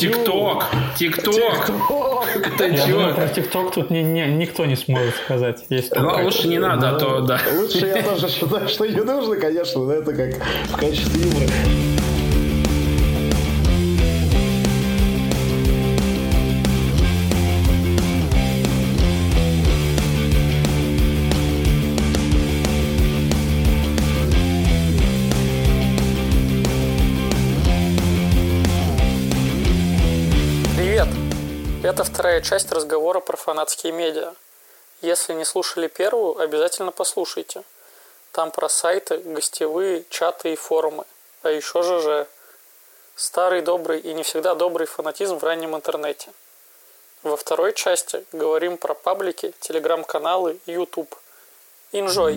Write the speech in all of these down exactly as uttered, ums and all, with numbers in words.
ТикТок! ТикТок! Ты чего? Про ТикТок тут не, не, никто не сможет сказать. Есть ну, лучше не надо, а то да. Лучше я тоже считаю, что не нужно, конечно, но это как в качестве юмора. Это вторая часть разговора про фанатские медиа. Если не слушали первую, обязательно послушайте. Там про сайты, гостевые, чаты и форумы. А еще ЖЖ. Старый добрый и не всегда добрый фанатизм в раннем интернете. Во второй части говорим про паблики, телеграм-каналы и YouTube. Enjoy!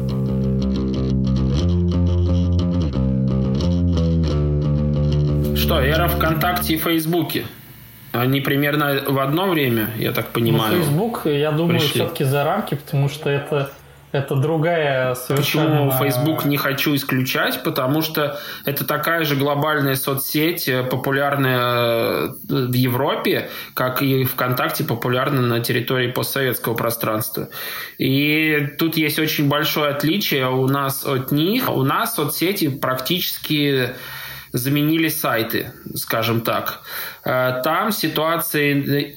Что, эра ВКонтакте и Фейсбуке? Они примерно в одно время, я так понимаю. Ну, Facebook, я думаю, пришли. Все-таки за рамки, потому что это, это другая совершенно... Почему Facebook не хочу исключать? Потому что это такая же глобальная соцсеть, популярная в Европе, как и ВКонтакте популярна на территории постсоветского пространства. И тут есть очень большое отличие у нас от них. У нас соцсети практически заменили сайты, скажем так. Там ситуация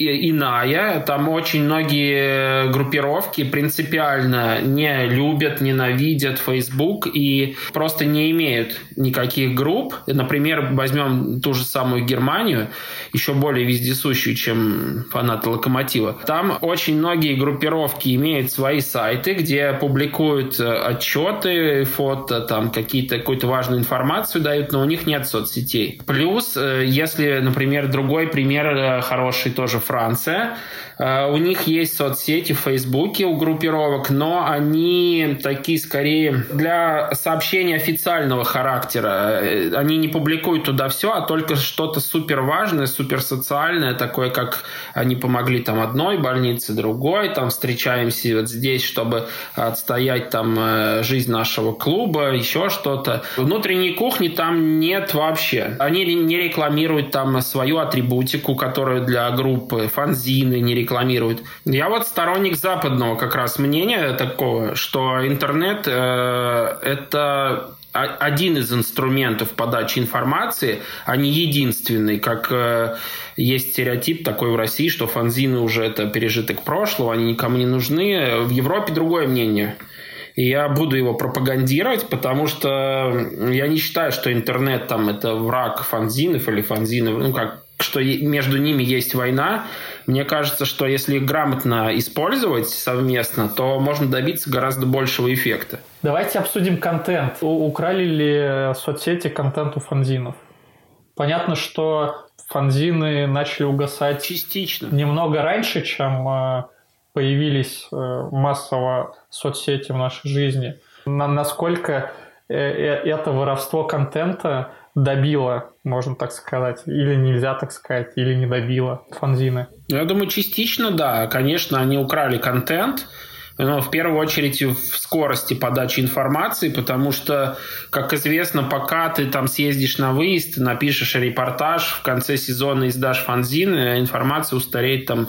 иная, там очень многие группировки принципиально не любят, ненавидят Facebook и просто не имеют никаких групп. Например, возьмем ту же самую Германию, еще более вездесущую, чем фанаты Локомотива. Там очень многие группировки имеют свои сайты, где публикуют отчеты, фото, там какие-то, какую-то важную информацию дают, но у них нет соцсетей. Плюс, если, например, другой пример хороший тоже Франция. У них есть соцсети в Фейсбуке у группировок, но они такие скорее для сообщения официального характера. Они не публикуют туда все, а только что-то супер важное, супер социальное, такое, как они помогли там одной больнице, другой, там встречаемся вот здесь, чтобы отстоять там жизнь нашего клуба, еще что-то. Внутренней кухни там нет вообще. Они не рекламируют там свою атрибутику, которую для группы, фанзины не рекламируют. Я вот сторонник западного как раз мнения такого, что интернет э, это один из инструментов подачи информации, а не единственный, как э, есть стереотип такой в России, что фанзины уже это пережиток прошлого, они никому не нужны. В Европе другое мнение. И я буду его пропагандировать, потому что я не считаю, что интернет там это враг фанзинов или фанзинов, ну как, что между ними есть война. Мне кажется, что если их грамотно использовать совместно, то можно добиться гораздо большего эффекта. Давайте обсудим контент. Украли ли соцсети контент у фанзинов? Понятно, что фанзины начали угасать частично, немного раньше, чем появились массово соцсети в нашей жизни. Насколько это воровство контента добило, можно так сказать, или нельзя так сказать, или не добило фанзины? Я думаю, частично да. Конечно, они украли контент, но в первую очередь в скорости подачи информации, потому что, как известно, пока ты там съездишь на выезд, напишешь репортаж, в конце сезона издашь фанзин, информация устареет там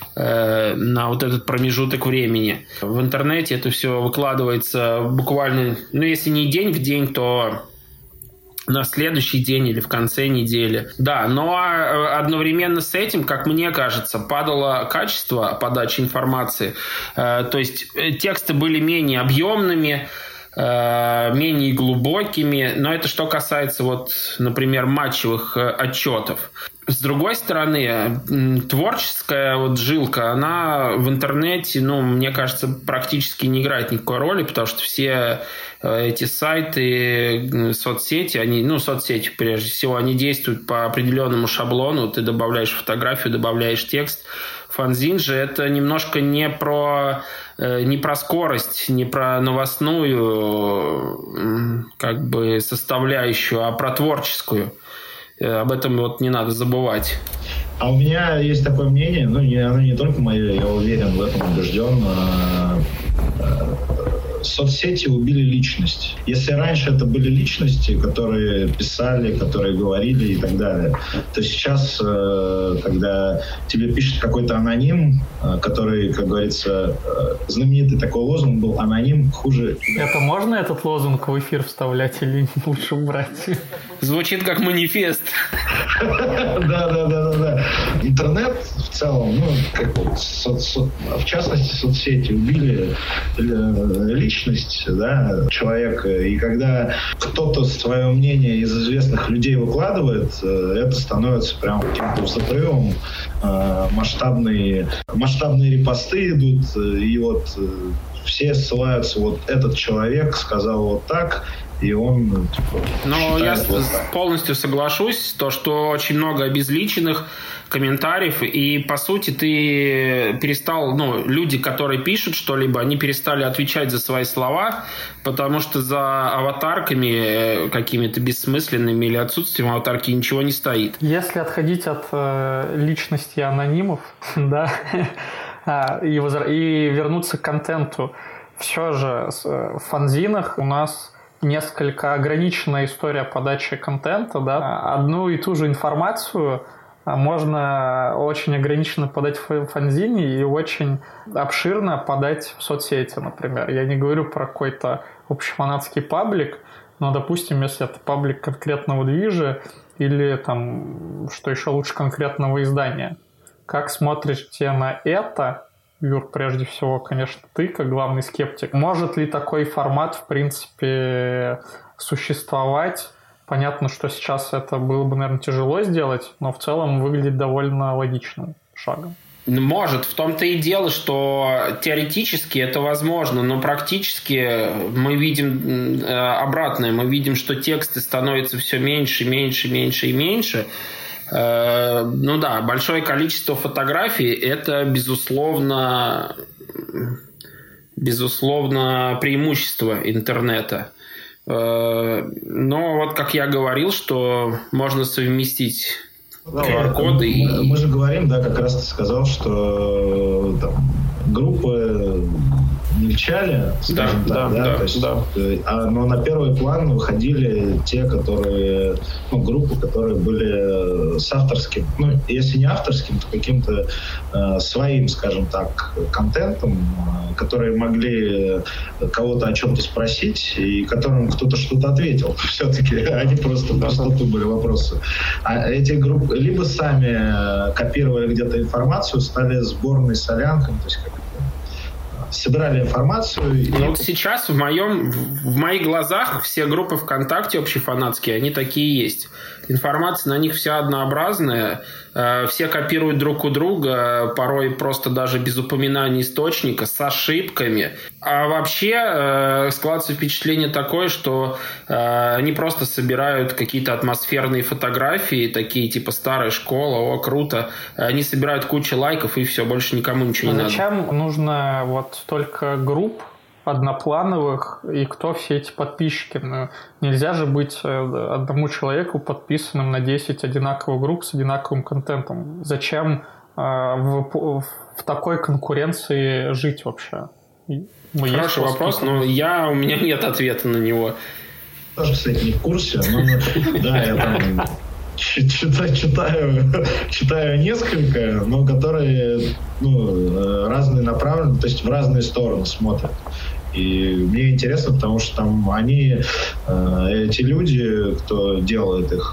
э, на вот этот промежуток времени. В интернете это все выкладывается буквально, ну если не день в день, то на следующий день или в конце недели. Да, но одновременно с этим, как мне кажется, падало качество подачи информации. То есть тексты были менее объемными, менее глубокими, но это что касается, вот, например, матчевых отчетов. С другой стороны, творческая вот жилка, она в интернете, ну, мне кажется, практически не играет никакой роли, потому что все эти сайты, соцсети, они, ну, соцсети, прежде всего, они действуют по определенному шаблону. Ты добавляешь фотографию, добавляешь текст. Фанзин же это немножко не про, не про скорость, не про новостную как бы составляющую, а про творческую. Об этом вот не надо забывать. А у меня есть такое мнение, ну, не, оно не только мое, я уверен в этом, убежден. соцсети убили личность. Если раньше это были личности, которые писали, которые говорили и так далее, то сейчас, когда тебе пишет какой-то аноним, который, как говорится, знаменитый такой лозунг был «аноним хуже». Это можно этот лозунг в эфир вставлять или лучше убрать? Звучит как манифест. Да-да-да. Интернет в целом, ну, как вот, в частности, соцсети убили личность, да, человека. И когда кто-то свое мнение из известных людей выкладывает, это становится прям каким-то взрывом. Масштабные, масштабные репосты идут, и вот все ссылаются, вот этот человек сказал вот так, и он типа, Но я вот полностью соглашусь, то, что очень много обезличенных комментариев, и по сути ты перестал, ну, люди, которые пишут что-либо, они перестали отвечать за свои слова, потому что за аватарками какими-то бессмысленными или отсутствием аватарки ничего не стоит. Если отходить от э, личности анонимов, да, и, возра... и вернуться к контенту, все же в фанзинах у нас несколько ограниченная история подачи контента, да. Одну и ту же информацию можно очень ограниченно подать в фанзине и очень обширно подать в соцсети, например. Я не говорю про какой-то общефанатский паблик, но, допустим, если это паблик конкретного движа или, там, что еще лучше, конкретного издания. Как смотрите на это, Юр, прежде всего, конечно, ты, как главный скептик. Может ли такой формат, в принципе, существовать? Понятно, что сейчас это было бы, наверное, тяжело сделать, но в целом выглядит довольно логичным шагом. Может, в том-то и дело, что теоретически это возможно, но практически мы видим обратное. Мы видим, что тексты становятся все меньше, меньше, меньше и меньше. Ну да, большое количество фотографий – это, безусловно, безусловно, преимущество интернета. Но вот как я говорил, что можно совместить ку ар коды. Мы, и... мы же говорим, да, как раз ты сказал, что там, группы мельчали, скажем да, так, да, да, то есть, да. А, но на первый план выходили те, которые, ну, группы, которые были с авторским, ну, если не авторским, то каким-то э, своим, скажем так, контентом, э, которые могли кого-то о чем-то спросить и которым кто-то что-то ответил. Все-таки они просто в пустоту были вопросы. А эти группы либо сами копировали где-то информацию, стали сборной солянкой, то есть как собирали информацию. И... Ну, вот сейчас в моем, в моих глазах все группы ВКонтакте общефанатские, они такие есть. Информация на них вся однообразная, все копируют друг у друга, порой просто даже без упоминания источника, с ошибками. А вообще складывается впечатление такое, что они просто собирают какие-то атмосферные фотографии, такие типа старая школа, о, круто. Они собирают кучу лайков и все, больше никому ничего не надо. Зачем нужно вот столько групп одноплановых, и кто все эти подписчики? Ну, нельзя же быть одному человеку подписанным на десять одинаковых групп с одинаковым контентом. Зачем э, в, в такой конкуренции жить вообще? Мы Хороший вопрос, но я, у меня нет ответа на него. Тоже, кстати, не в курсе, но да, я там читаю, читаю, читаю несколько, но которые, ну, разные направлены, то есть в разные стороны смотрят. И мне интересно, потому что там они, эти люди, кто делает их,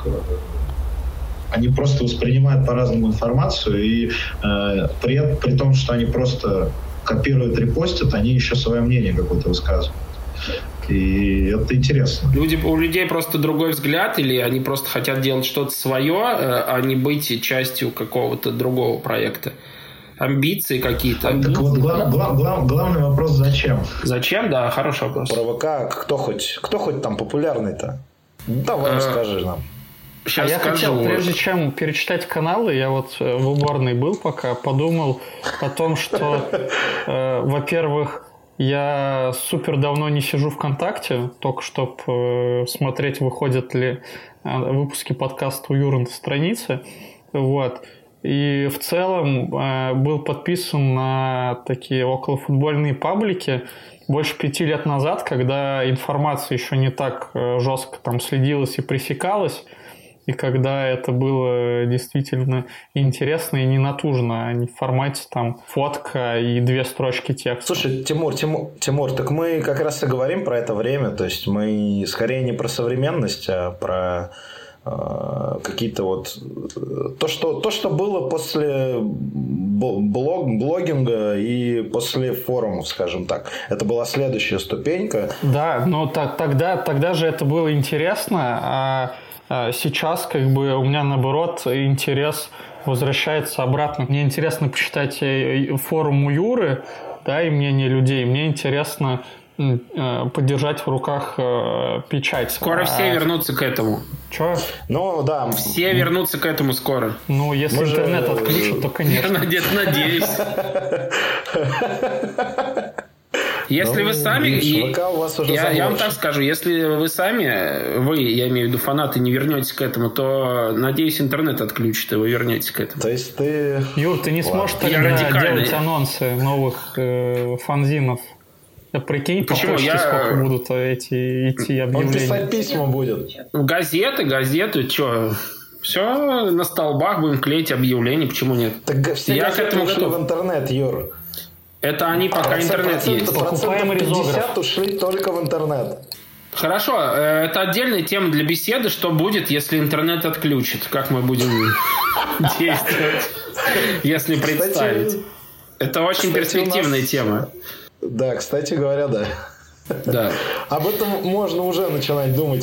они просто воспринимают по-разному информацию, и при, при том, что они просто копируют, репостят, они еще свое мнение какое-то высказывают. И это интересно. Люди, у людей просто другой взгляд, или они просто хотят делать что-то свое, а не быть частью какого-то другого проекта. Амбиции какие-то. Так вот, глав, глав, глав, главный вопрос, зачем? Зачем? Да, хороший вопрос. Про ВК кто хоть, кто хоть там популярный-то? Давай расскажи нам. Сейчас а я скажу. хотел, прежде чем перечитать каналы, я вот в уборной был пока, подумал о том, что, э, во-первых, я супер давно не сижу ВКонтакте, только чтобы э, смотреть, выходят ли э, выпуски подкаста у Юры на странице. Вот. И в целом э, был подписан на такие околофутбольные паблики больше пяти лет назад, когда информация еще не так э, жестко там следилась и пресекалась, и когда это было действительно интересно и не натужно, а не в формате там фотка и две строчки текста. Слушай, Тимур, Тимур, Тимур, так мы как раз и говорим про это время, то есть мы скорее не про современность, а про э, какие-то вот то, что, то, что было после блог, блогинга и после форумов, скажем так. Это была следующая ступенька. Да, но так, тогда, тогда же это было интересно, а сейчас как бы у меня наоборот интерес возвращается обратно. Мне интересно почитать форум у Юры, да, и мнение людей. Мне интересно подержать в руках печать. Скоро а... все вернутся к этому. Че? Ну да. Все вернутся к этому скоро. Ну, если Мы интернет же... отключат, то конечно. Я надеюсь. Если ну, вы сами... И, я, я вам так скажу, если вы сами, вы, я имею в виду фанаты, не вернетесь к этому, то, надеюсь, интернет отключит, и вы вернетесь к этому. То есть ты... Юр, ты не Ладно. сможешь тогда делать анонсы новых э, фанзинов? Я прикинь, Почему? по почте я... сколько будут эти идти объявления. Он писать письма будет. Газеты, газеты, что... Все на столбах будем клеить объявления, почему нет? Так все я к этому ушли в интернет, Юр. Это они пока а интернет есть. Покупаем пятьдесят ушли только в интернет. Хорошо, это отдельная тема для беседы, что будет, если интернет отключит, как мы будем действовать, если представить. Это очень перспективная тема. Да, кстати говоря, да. Да. Об этом можно уже начинать думать.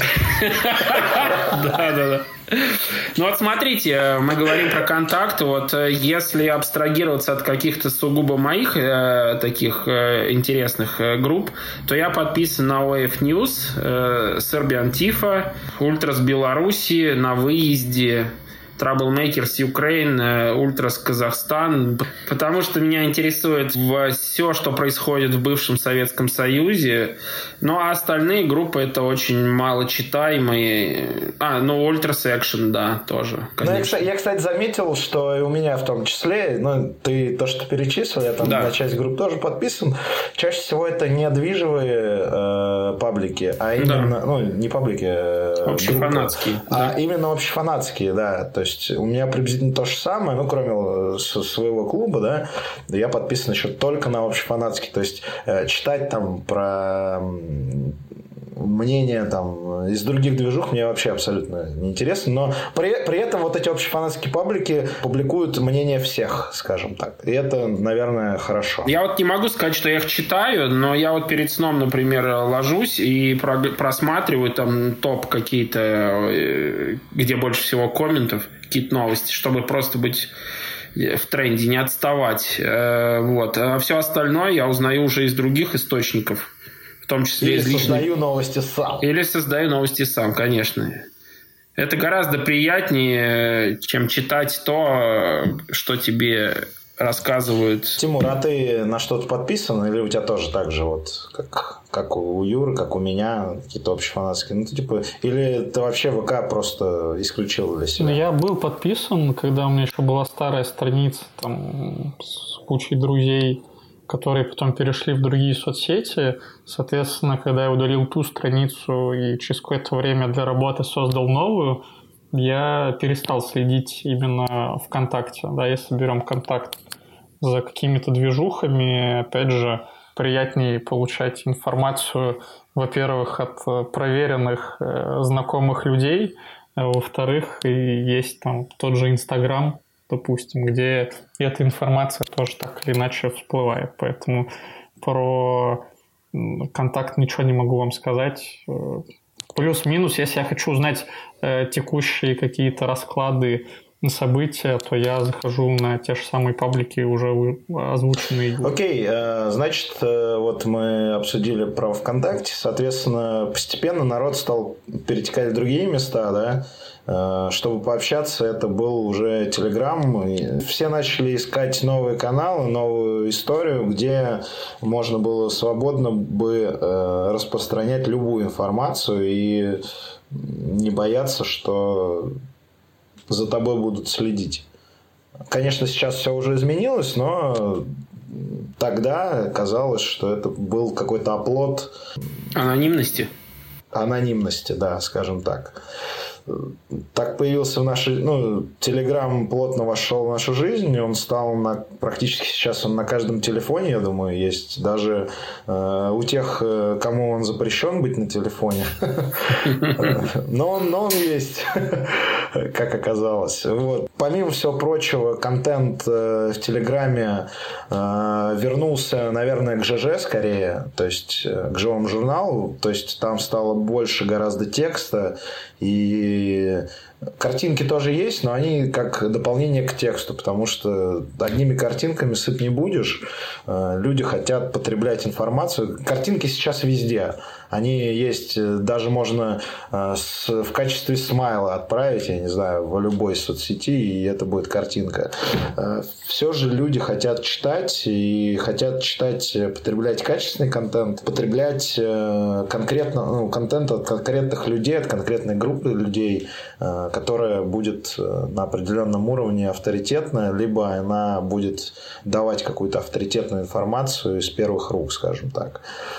Да, да, да. Ну вот смотрите, мы говорим про контакт. Вот если абстрагироваться от каких-то сугубо моих э, таких э, интересных э, групп, то я подписан на о эф News, э, Serbian Tifo, Ультрас Беларуси, На Выезде, Troublemakers Ukraine, Ультрас Казахстан, потому что меня интересует все, что происходит в бывшем Советском Союзе. Ну, а остальные группы это очень малочитаемые. А, ну, Ультрас Action, да, тоже, конечно. Ну, я, я, кстати, заметил, что и у меня в том числе, ну, ты то, что перечислил, я там да. на часть групп тоже подписан. Чаще всего это не движевые э, паблики, а именно, да. ну, не паблики, э, общефанатские. Группы, да. А именно общефанатские, да. То есть у меня приблизительно то же самое, ну, кроме своего клуба, да, я подписан еще только на общефанатский. То есть э, читать там про мнение там из других движух мне вообще абсолютно неинтересно, но при, при этом вот эти общефанатские паблики публикуют мнение всех, скажем так, и это, наверное, хорошо. Я вот не могу сказать, что я их читаю, но я вот перед сном, например, ложусь и просматриваю там топ какие-то, где больше всего комментов, какие-то новости, чтобы просто быть в тренде, не отставать. Вот. А все остальное я узнаю уже из других источников. В том числе Или из личных... создаю новости сам. Или создаю новости сам, конечно. Это гораздо приятнее, чем читать то, что тебе рассказывают. Тимур, а ты на что-то подписан? Или у тебя тоже так же, вот, как, как у Юры, как у меня, какие-то общефанатские? Ну, ты, типа, или ты вообще ВК просто исключил для себя? Ну, я был подписан, когда у меня еще была старая страница там, с кучей друзей, которые потом перешли в другие соцсети. Соответственно, когда я удалил ту страницу и через какое-то время для работы создал новую, я перестал следить именно ВКонтакте. Да, если берем контакт за какими-то движухами, опять же, приятнее получать информацию, во-первых, от проверенных, знакомых людей, а во-вторых, и есть там тот же Инстаграм, допустим, где эта информация тоже так или иначе всплывает. Поэтому про контакт ничего не могу вам сказать. Плюс-минус, если я хочу узнать э, текущие какие-то расклады на события, то я захожу на те же самые паблики, уже озвученные. Окей, okay, значит, вот мы обсудили про ВКонтакте, соответственно, постепенно народ стал перетекать в другие места, да, чтобы пообщаться, это был уже Телеграм. Все начали искать новые каналы, новую историю, где можно было свободно бы распространять любую информацию и не бояться, что за тобой будут следить. Конечно, сейчас все уже изменилось, но тогда казалось, что это был какой-то оплот анонимности. Анонимности, да, скажем так. Так появился в нашей... Ну, Telegram плотно вошел в нашу жизнь, и он стал на, практически сейчас он на каждом телефоне, я думаю, есть. Даже э, у тех, кому он запрещен быть на телефоне. Но он, но он есть, как оказалось. Вот. Помимо всего прочего, контент в Телеграме э, вернулся, наверное, к ЖЖ скорее, то есть к живому журналу. То есть там стало больше гораздо текста, и картинки тоже есть, но они как дополнение к тексту, потому что одними картинками сыпь не будешь. Люди хотят потреблять информацию. Картинки сейчас везде. Они есть, даже можно в качестве смайла отправить, я не знаю, в любой соцсети, и это будет картинка. Все же люди хотят читать, и хотят читать, потреблять качественный контент, потреблять конкретно, ну, контент от конкретных людей, от конкретной группы людей, которая будет на определенном уровне авторитетная, либо она будет давать какую-то авторитетную информацию из первых рук, скажем так.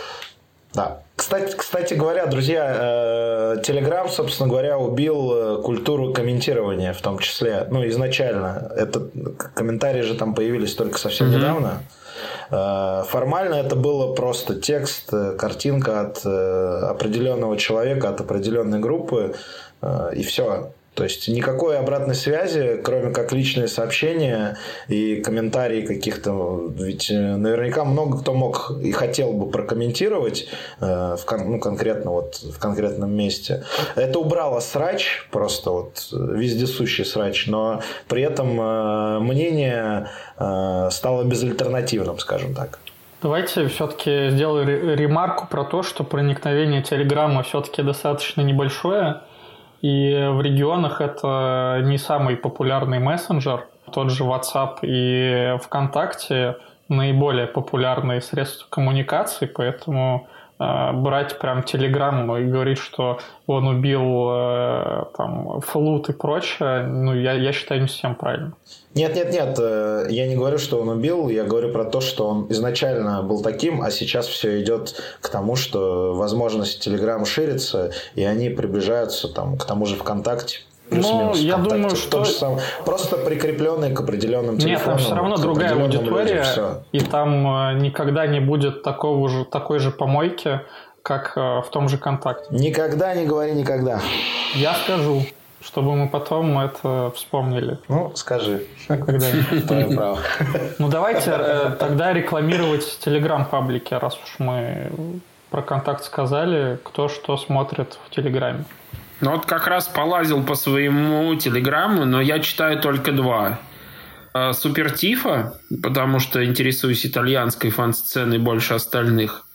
Да. Кстати, кстати говоря, друзья, Telegram, собственно говоря, убил культуру комментирования в том числе. Ну, изначально. Это, комментарии же там появились только совсем mm-hmm. недавно. Формально это было просто текст, картинка от определенного человека, от определенной группы, и все. То есть никакой обратной связи, кроме как личные сообщения и комментарии каких-то. Ведь наверняка много кто мог и хотел бы прокомментировать э, в, кон, ну, конкретно вот в конкретном месте. Это убрало срач, просто вот вездесущий срач, но при этом э, мнение э, стало безальтернативным, скажем так. Давайте все-таки сделаю ремарку про то, что проникновение Телеграма все-таки достаточно небольшое. И в регионах это не самый популярный мессенджер. Тот же WhatsApp и ВКонтакте наиболее популярные средства коммуникации, поэтому э, брать прям Telegram и говорить, что он убил э, там, флут и прочее, ну, я, я считаю, не совсем правильно. Нет, нет, нет, я не говорю, что он убил, я говорю про то, что он изначально был таким, а сейчас все идет к тому, что возможность Telegram ширится, и они приближаются там, к тому же ВКонтакте. Ну, я ВКонтакте, думаю, что... Самом, просто прикрепленные к определенным телефонам. Нет, там все равно другая аудитория, людям, и там никогда не будет такого же, такой же помойки, как в том же ВКонтакте. Никогда не говори никогда. Я скажу. Чтобы мы потом это вспомнили. Ну, скажи. Когда-нибудь. Твое право. Ну, давайте тогда рекламировать Telegram-паблики, раз уж мы про контакт сказали, кто что смотрит в Телеграме. Ну, вот как раз полазил по своему Телеграму, но я читаю только два. Супертифо, потому что интересуюсь итальянской фан-сценой больше остальных.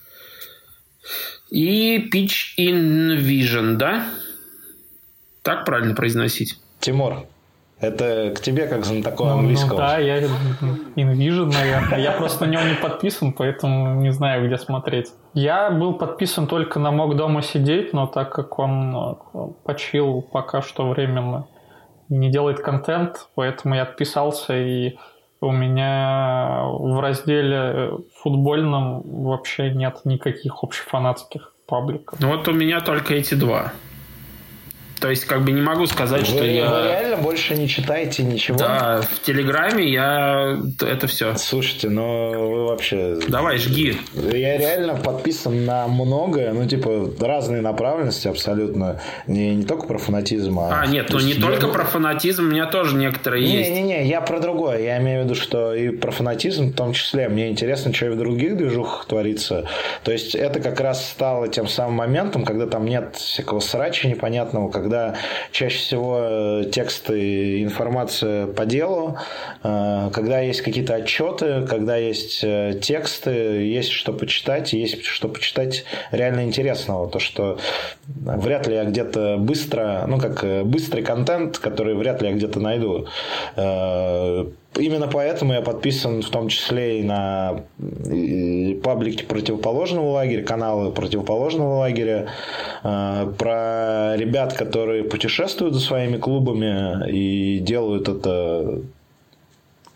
И Pitch in Vision, да? Так правильно произносить? Тимур, это к тебе как знатоку ну, английского. Ну да, я InVision, наверное. Я просто на него не подписан, поэтому не знаю, где смотреть. Я был подписан только на «Мог дома сидеть», но так как он почил пока что временно и не делает контент, поэтому я отписался, и у меня в разделе футбольном вообще нет никаких общефанатских пабликов. Ну вот у меня только эти два. То есть, как бы не могу сказать, вы, что я... Вы реально больше не читаете ничего? Да, в Телеграме я... Это все. Слушайте, ну вы вообще... Давай, жги. Я реально подписан на многое, ну, типа, разные направленности абсолютно. Не, не только про фанатизм, а... А, нет, ну не только я... про фанатизм, у меня тоже некоторые не, есть. Не-не-не, я про другое. Я имею в виду, что и про фанатизм в том числе. Мне интересно, что и в других движухах творится. То есть, это как раз стало тем самым моментом, когда там нет всякого срача непонятного, когда когда чаще всего тексты и информация по делу, когда есть какие-то отчеты, когда есть тексты, есть что почитать, есть что почитать реально интересного. То, что вряд ли я где-то быстро, ну, как быстрый контент, который вряд ли я где-то найду. Именно поэтому я подписан в том числе и на паблики противоположного лагеря, каналы противоположного лагеря, про ребят, которые путешествуют за своими клубами и делают это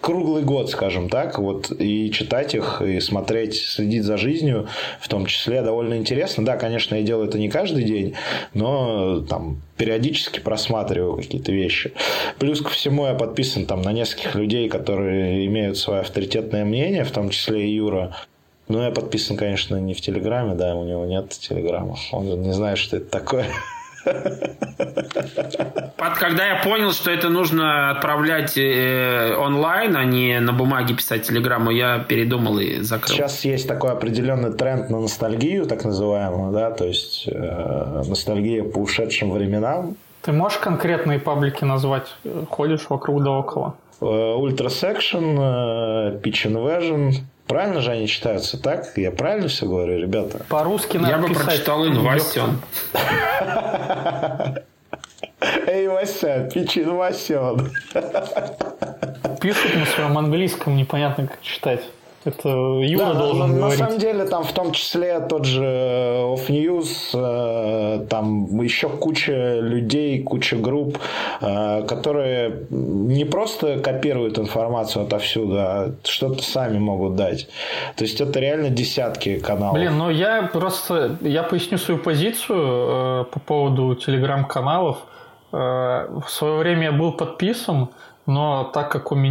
круглый год, скажем так, вот, и читать их, и смотреть, следить за жизнью, в том числе, довольно интересно. Да, конечно, я делаю это не каждый день, но там периодически просматриваю какие-то вещи. Плюс ко всему я подписан там на нескольких людей, которые имеют свое авторитетное мнение, в том числе и Юра. Но я подписан, конечно, не в Телеграме, да, у него нет Телеграма. Он же не знает, что это такое. Когда я понял, что это нужно отправлять э, онлайн, а не на бумаге писать телеграмму, я передумал и закрыл. Сейчас есть такой определенный тренд на ностальгию, так называемую, да, то есть э, ностальгия по ушедшим временам. Ты можешь конкретные паблики назвать? Ходишь вокруг да около. Ultra Section, Pitch Invasion. Правильно же они читаются, так? Я правильно все говорю, ребята? По-русски надо Я бы писать. прочитал Инвасион. Эй, Вася, Pitch Invasion. Пишут на своем английском, непонятно как читать. Это Юра да, должен на, говорить. На самом деле, там в том числе тот же Off News, там еще куча людей, куча групп, которые не просто копируют информацию отовсюду, а что-то сами могут дать. То есть это реально десятки каналов. Блин, ну я просто, я поясню свою позицию э, по поводу телеграм-каналов. Э, в свое время я был подписан, но так как у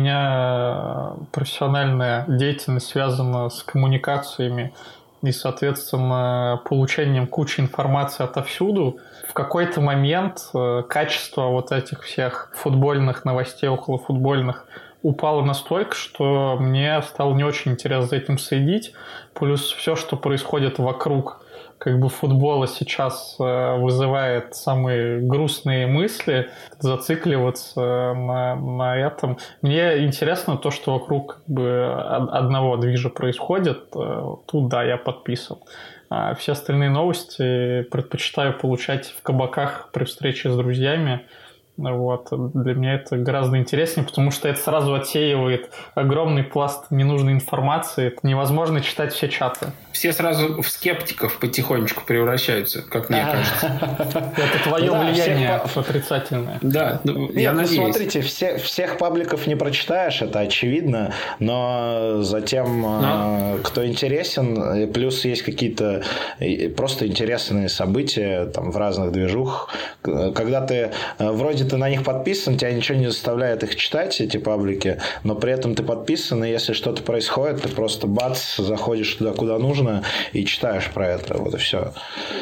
меня профессиональная деятельность связана с коммуникациями и, соответственно, получением кучи информации отовсюду, в какой-то момент качество вот этих всех футбольных новостей, околофутбольных, упало настолько, что мне стало не очень интересно за этим следить. Плюс все, что происходит вокруг как бы футбола сейчас вызывает самые грустные мысли, зацикливаться на, на этом. Мне интересно то, что вокруг как бы одного движа происходит. Тут, да, я подписан. А все остальные новости предпочитаю получать в кабаках при встрече с друзьями. Вот. Для меня это гораздо интереснее, потому что это сразу отсеивает огромный пласт ненужной информации. Это невозможно читать все чаты. Все сразу в скептиков потихонечку превращаются, как мне кажется. Это твое влияние отрицательное. Да, я надеюсь. Смотрите, всех пабликов не прочитаешь, это очевидно, но затем, кто интересен, плюс есть какие-то просто интересные события там в разных движухах. Когда ты вроде ты на них подписан, тебя ничего не заставляет их читать, эти паблики, но при этом ты подписан, и если что-то происходит, ты просто бац, заходишь туда, куда нужно, и читаешь про это, вот и все.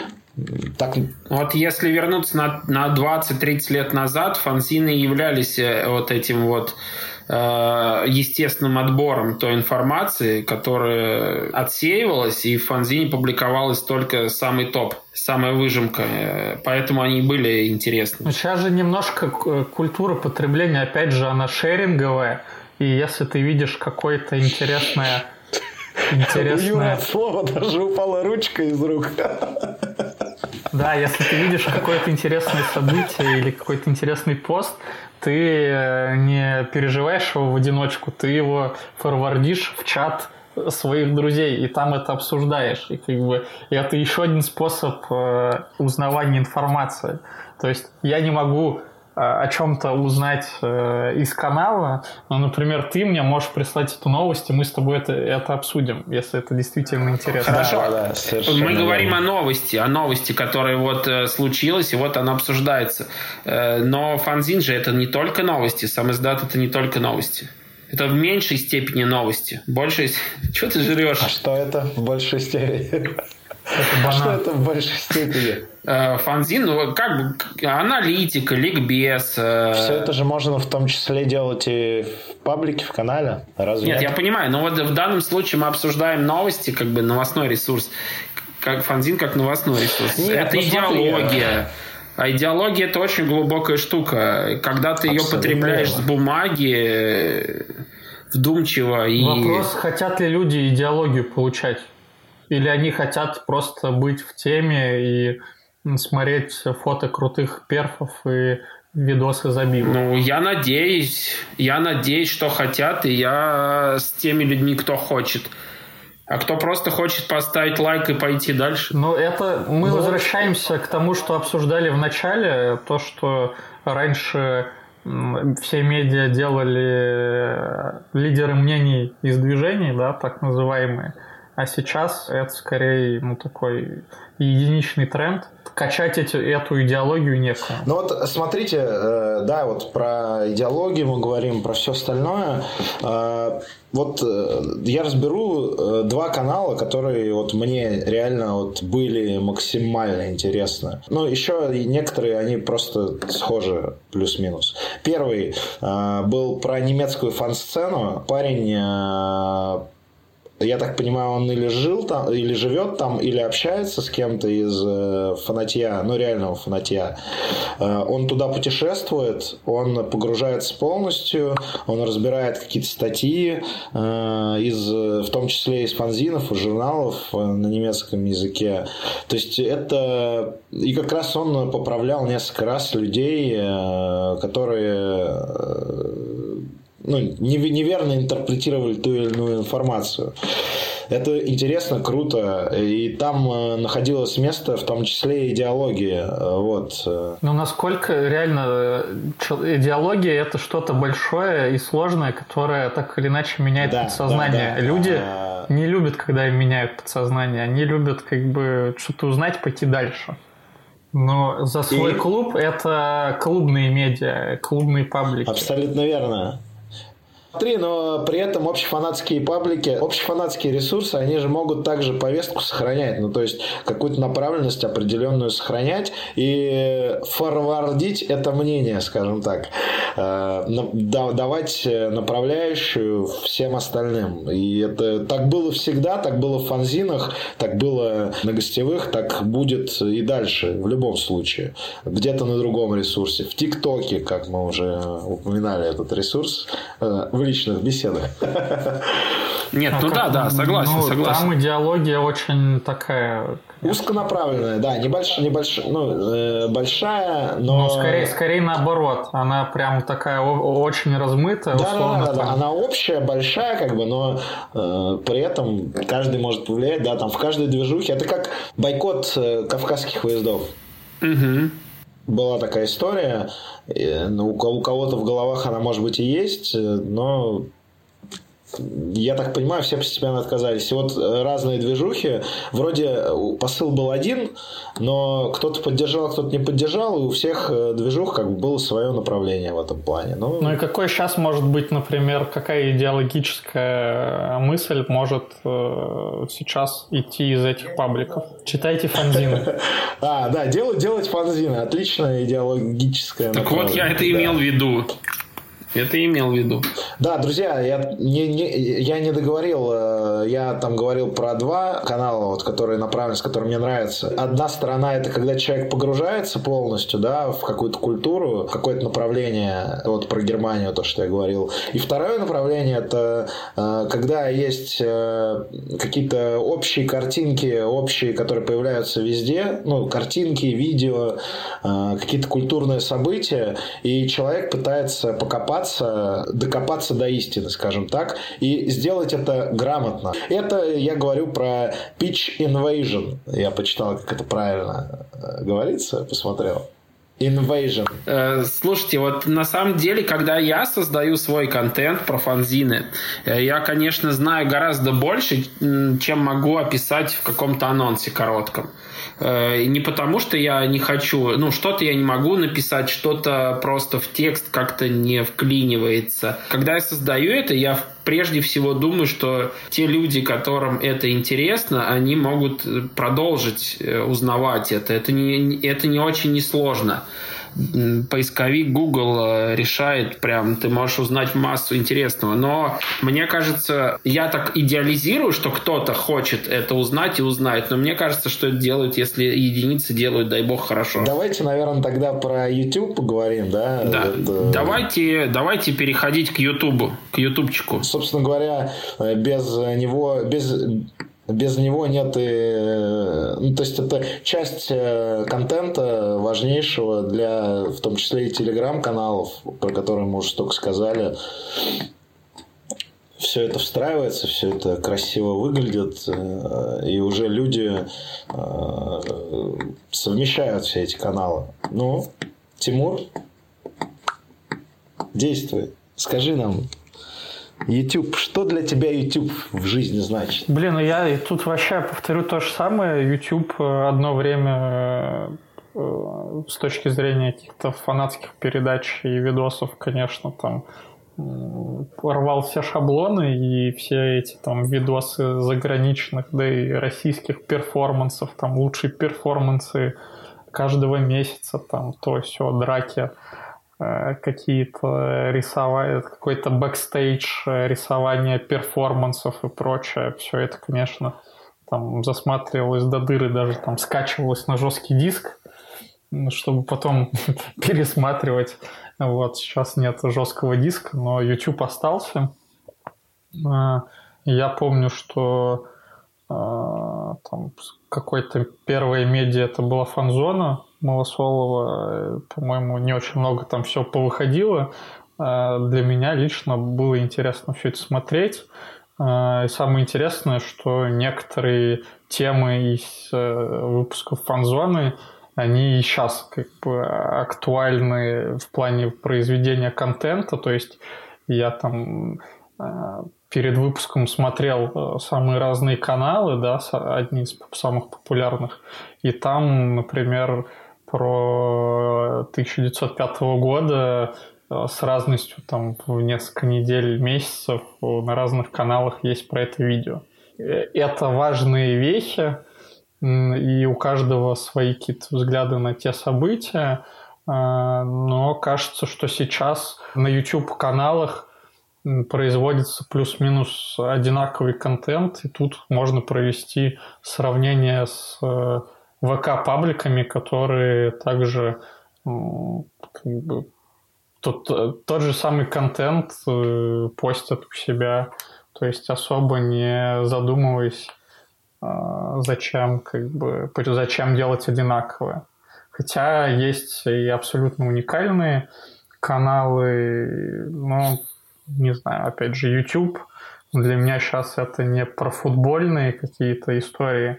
Так... Вот если вернуться на, на двадцать-тридцать лет назад, фанзины являлись вот этим вот э, естественным отбором той информации, которая отсеивалась, и в фанзине публиковалась только самый топ, самая выжимка. Поэтому они были интересны. Сейчас же немножко культура потребления, опять же, она шеринговая, и если ты видишь какое-то интересное... интересное... У Юры от слова даже упала ручка из рук. Да, если ты видишь какое-то интересное событие или какой-то интересный пост, ты не переживаешь его в одиночку, ты его форвардишь в чат своих друзей, и там это обсуждаешь. И как бы и это еще один способ э, узнавания информации. То есть я не могу о чем-то узнать э, из канала, но, например, ты мне можешь прислать эту новость, и мы с тобой это, это обсудим, если это действительно интересно. Хорошо. Да, да, мы говорим о новости, о новости, которая вот э, случилась, и вот она обсуждается. Э, но фанзин же это не только новости, сам издат это не только новости. Это в меньшей степени новости. Больше... Чего ты жрешь? А что это в большей степени? А что это в большей степени? Фанзин, ну, как бы аналитика, ликбез. Все это же можно в том числе делать и в паблике, в канале. Разве нет, нет? Я понимаю, но вот в данном случае мы обсуждаем новости, как бы новостной ресурс. Как фанзин, как новостной ресурс. Нет, это ну, идеология. А идеология – это очень глубокая штука. Когда ты Абсолютно ее потребляешь верно. С бумаги, вдумчиво и... Вопрос, хотят ли люди идеологию получать? Или они хотят просто быть в теме и смотреть фото крутых перфов и видосы забивок? Ну, я надеюсь. Я надеюсь, что хотят, и я с теми людьми, кто хочет. А кто просто хочет поставить лайк и пойти дальше? Ну, это мы ну, возвращаемся к тому, что обсуждали в начале. То, что раньше все медиа делали лидеры мнений из движений, да, так называемые. А сейчас это скорее ну, такой единичный тренд. Качать эти, эту идеологию некому. Ну вот смотрите, э, да, вот про идеологию мы говорим, про все остальное. Э, вот э, я разберу э, два канала, которые вот мне реально вот были максимально интересны. Ну, еще некоторые, они просто схожи плюс-минус. Первый э, был про немецкую фан-сцену. Парень... Э, Я так понимаю, он или жил там, или живет там, или общается с кем-то из э, фанатья, ну реального фанатья. Э, он туда путешествует, он погружается полностью, он разбирает какие-то статьи, э, из, в том числе из фанзинов, из журналов э, на немецком языке. То есть это... И как раз он поправлял несколько раз людей, э, которые... Э, ну, неверно интерпретировали ту или иную информацию. Это интересно, круто. И там находилось место, в том числе и идеологии. Вот. Но насколько реально идеология – это что-то большое и сложное, которое так или иначе меняет да, подсознание. Да, да. Люди а... не любят, когда им меняют подсознание. Они любят как бы что-то узнать, пойти дальше. Но за свой и... клуб – это клубные медиа, клубные паблики. Абсолютно верно. Смотри, но при этом общефанатские паблики, общефанатские ресурсы, они же могут также повестку сохранять, ну то есть какую-то направленность определенную сохранять и форвардить это мнение, скажем так, давать направляющую всем остальным. И это так было всегда, так было в фанзинах, так было на гостевых, так будет и дальше, в любом случае. Где-то на другом ресурсе. В ТикТоке, как мы уже упоминали этот ресурс, в личных беседах. Нет, ну да, да, согласен, ну, согласен. Там идеология очень такая... Узконаправленная, да, небольшая, небольшая, ну, э, большая, но... Ну, скорее, скорее наоборот. Она прям такая очень размытая, да, условно. Да, да, да, она общая, большая, как бы, но э, при этом каждый может повлиять, да, там в каждой движухе. Это как бойкот э, кавказских выездов. Угу. Была такая история. Ну, у кого-то в головах она, может быть, и есть, но я так понимаю, все постепенно отказались. И вот разные движухи, вроде посыл был один, но кто-то поддержал, кто-то не поддержал, и у всех движух как бы было свое направление в этом плане. Ну, ну и какой сейчас может быть, например, какая идеологическая мысль может э, сейчас идти из этих пабликов? Читайте фанзины. А, да, делать фанзины. Отличная идеологическая. Так вот, я это имел в виду. Это имел в виду. Да, друзья, я не, не, я не договорил. Я там говорил про два канала, вот, которые направлены, с которыми мне нравится. Одна сторона – это когда человек погружается полностью, да, в какую-то культуру, в какое-то направление, вот про Германию, то, что я говорил. И второе направление – это когда есть какие-то общие картинки, общие, которые появляются везде, ну, картинки, видео, какие-то культурные события, и человек пытается покопаться, докопаться до истины, скажем так, и сделать это грамотно. Это я говорю про pitch invasion. Я почитал, как это правильно говорится, посмотрел. Invasion. Слушайте, вот на самом деле, когда я создаю свой контент про фанзины, я, конечно, знаю гораздо больше, чем могу описать в каком-то анонсе коротком. Не потому, что я не хочу, ну, что-то я не могу написать, что-то просто в текст как-то не вклинивается. Когда я создаю это, я прежде всего думаю, что те люди, которым это интересно, они могут продолжить узнавать это. Это не, это не очень несложно. Поисковик Google решает прям, ты можешь узнать массу интересного. Но мне кажется, я так идеализирую, что кто-то хочет это узнать и узнает, но мне кажется, что это делают, если единицы делают, дай бог, хорошо. Давайте, наверное, тогда про YouTube поговорим, да? Да. Это... Давайте, давайте переходить к YouTube, к ютубчику. Собственно говоря, без него, без... Без него нет и... Ну, то есть, это часть контента важнейшего для, в том числе, и телеграм-каналов, про которые мы уже столько сказали. Все это встраивается, все это красиво выглядит, и уже люди совмещают все эти каналы. Ну, Тимур, действуй. Скажи нам, YouTube. Что для тебя YouTube в жизни значит? Блин, ну я и тут вообще повторю то же самое. YouTube одно время э, с точки зрения каких-то фанатских передач и видосов, конечно, там порвал все шаблоны и все эти там видосы заграничных, да и российских перформансов, там лучшие перформансы каждого месяца, там то все, драки, э, какие-то рисования, какой-то бэкстейдж, рисование перформансов и прочее. Все это, конечно, там засматривалось до дыры, даже там скачивалось на жесткий диск, чтобы потом пересматривать. Вот, сейчас нет жесткого диска, но YouTube остался. Я помню, что там какой-то первая медиа это была Фанзона Малосолова. По-моему, не очень много там все повыходило. Для меня лично было интересно все это смотреть. И самое интересное, что некоторые темы из выпусков Фанзоны они и сейчас как бы актуальны в плане произведения контента. То есть я там перед выпуском смотрел самые разные каналы, да, одни из самых популярных. И там, например, про тысяча девятьсот пятого года с разностью там в несколько недель, месяцев на разных каналах есть про это видео. Это важные вещи, и у каждого свои какие-то взгляды на те события, но кажется, что сейчас на YouTube-каналах производится плюс-минус одинаковый контент, и тут можно провести сравнение с ви кей-пабликами, которые также как бы, тот, тот же самый контент постят у себя, то есть особо не задумываясь, зачем, как бы, зачем делать одинаковое. Хотя есть и абсолютно уникальные каналы, но, не знаю, опять же, YouTube. Для меня сейчас это не про футбольные какие-то истории.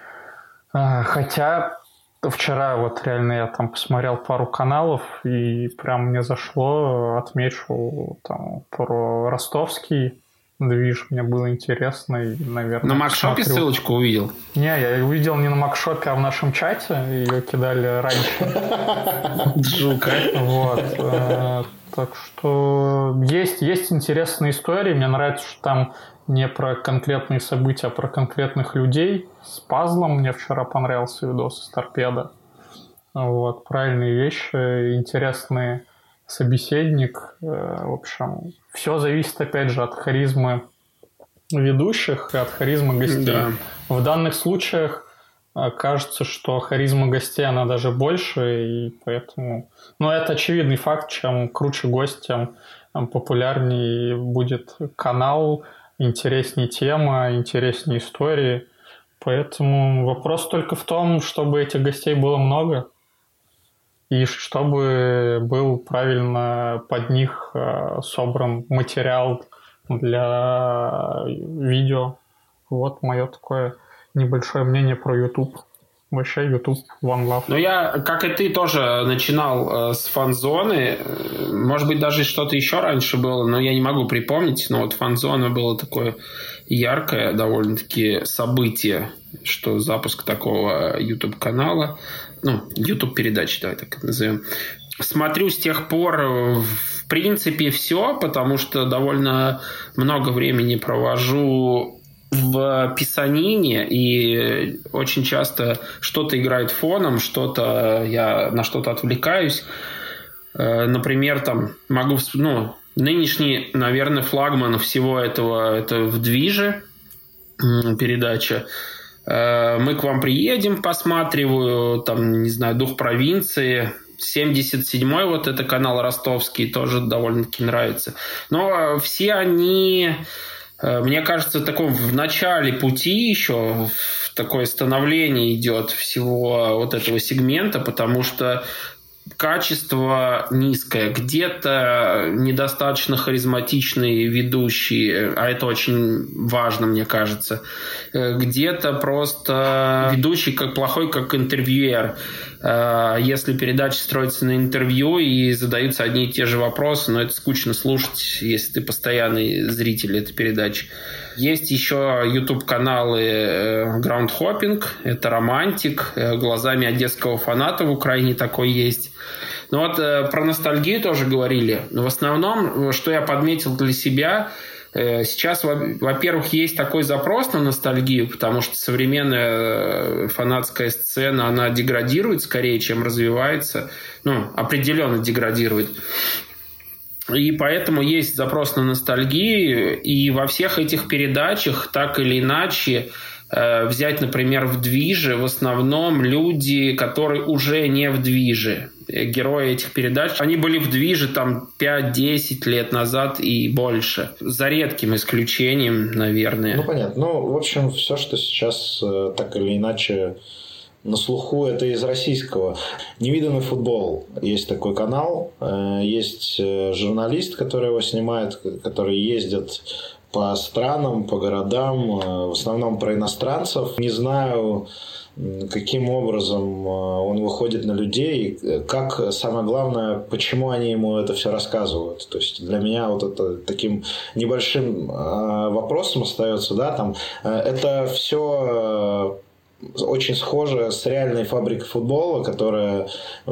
Хотя вчера вот реально я там посмотрел пару каналов, и прям мне зашло, отмечу там про ростовский движ, мне было интересно, и, наверное... На Макшопе ссылочку увидел? Не, я увидел не на Макшопе, а в нашем чате, ее кидали раньше. Жука. Вот. Так что есть, есть интересные истории, мне нравится, что там не про конкретные события, а про конкретных людей. С пазлом мне вчера понравился видос из Торпеда. Вот, правильные вещи, интересные. Собеседник, в общем, все зависит, опять же, от харизмы ведущих и от харизмы гостей. Да. В данных случаях кажется, что харизма гостей, она даже больше, и поэтому... Ну, это очевидный факт, чем круче гость, тем популярнее будет канал, интереснее тема, интереснее истории. Поэтому вопрос только в том, чтобы этих гостей было много, и чтобы был правильно под них э, собран материал для видео. Вот мое такое небольшое мнение про YouTube. Вообще YouTube One Love. Ну, я, как и ты, тоже начинал э, с фан-зоны. Может быть, даже что-то еще раньше было, но я не могу припомнить. Но вот фан-зона было такое яркое довольно-таки событие, что запуск такого YouTube-канала, ну, YouTube-передачи, давай так назовем. Смотрю с тех пор, в принципе, все, потому что довольно много времени провожу в писанине, и очень часто что-то играет фоном, что-то я на что-то отвлекаюсь. Например, там могу, ну, нынешний, наверное, флагман всего этого это в движе передача. Мы к вам приедем, посматриваю, там, не знаю, «Дух провинции», семьдесят седьмой, вот это канал ростовский, тоже довольно-таки нравится. Но все они, мне кажется, в таком в начале пути еще, такое становление идет всего вот этого сегмента, потому что качество низкое, где-то недостаточно харизматичные ведущие, а это очень важно, мне кажется. Где-то просто ведущий как плохой, как интервьюер. Если передача строится на интервью и задаются одни и те же вопросы, но это скучно слушать, если ты постоянный зритель этой передачи. Есть еще YouTube-каналы Groundhopping, это романтик, глазами одесского фаната в Украине такой есть. Ну вот про ностальгию тоже говорили. В основном, что я подметил для себя, сейчас, во-первых, есть такой запрос на ностальгию, потому что современная фанатская сцена, она деградирует скорее, чем развивается. Ну, определенно деградирует. И поэтому есть запрос на ностальгию, и во всех этих передачах так или иначе взять, например, в движе, в основном люди, которые уже не в движе. Герои этих передач, они были в движе там пять-десять лет назад и больше. За редким исключением, наверное. Ну, понятно. Ну, в общем, все, что сейчас так или иначе на слуху, это из российского. «Невиданный футбол». Есть такой канал. Есть журналист, который его снимает, который ездит по странам, по городам, в основном про иностранцев. Не знаю, каким образом он выходит на людей, как, самое главное, почему они ему это все рассказывают. То есть для меня вот это таким небольшим вопросом остается, да, там, это все очень схоже с реальной фабрикой футбола, которая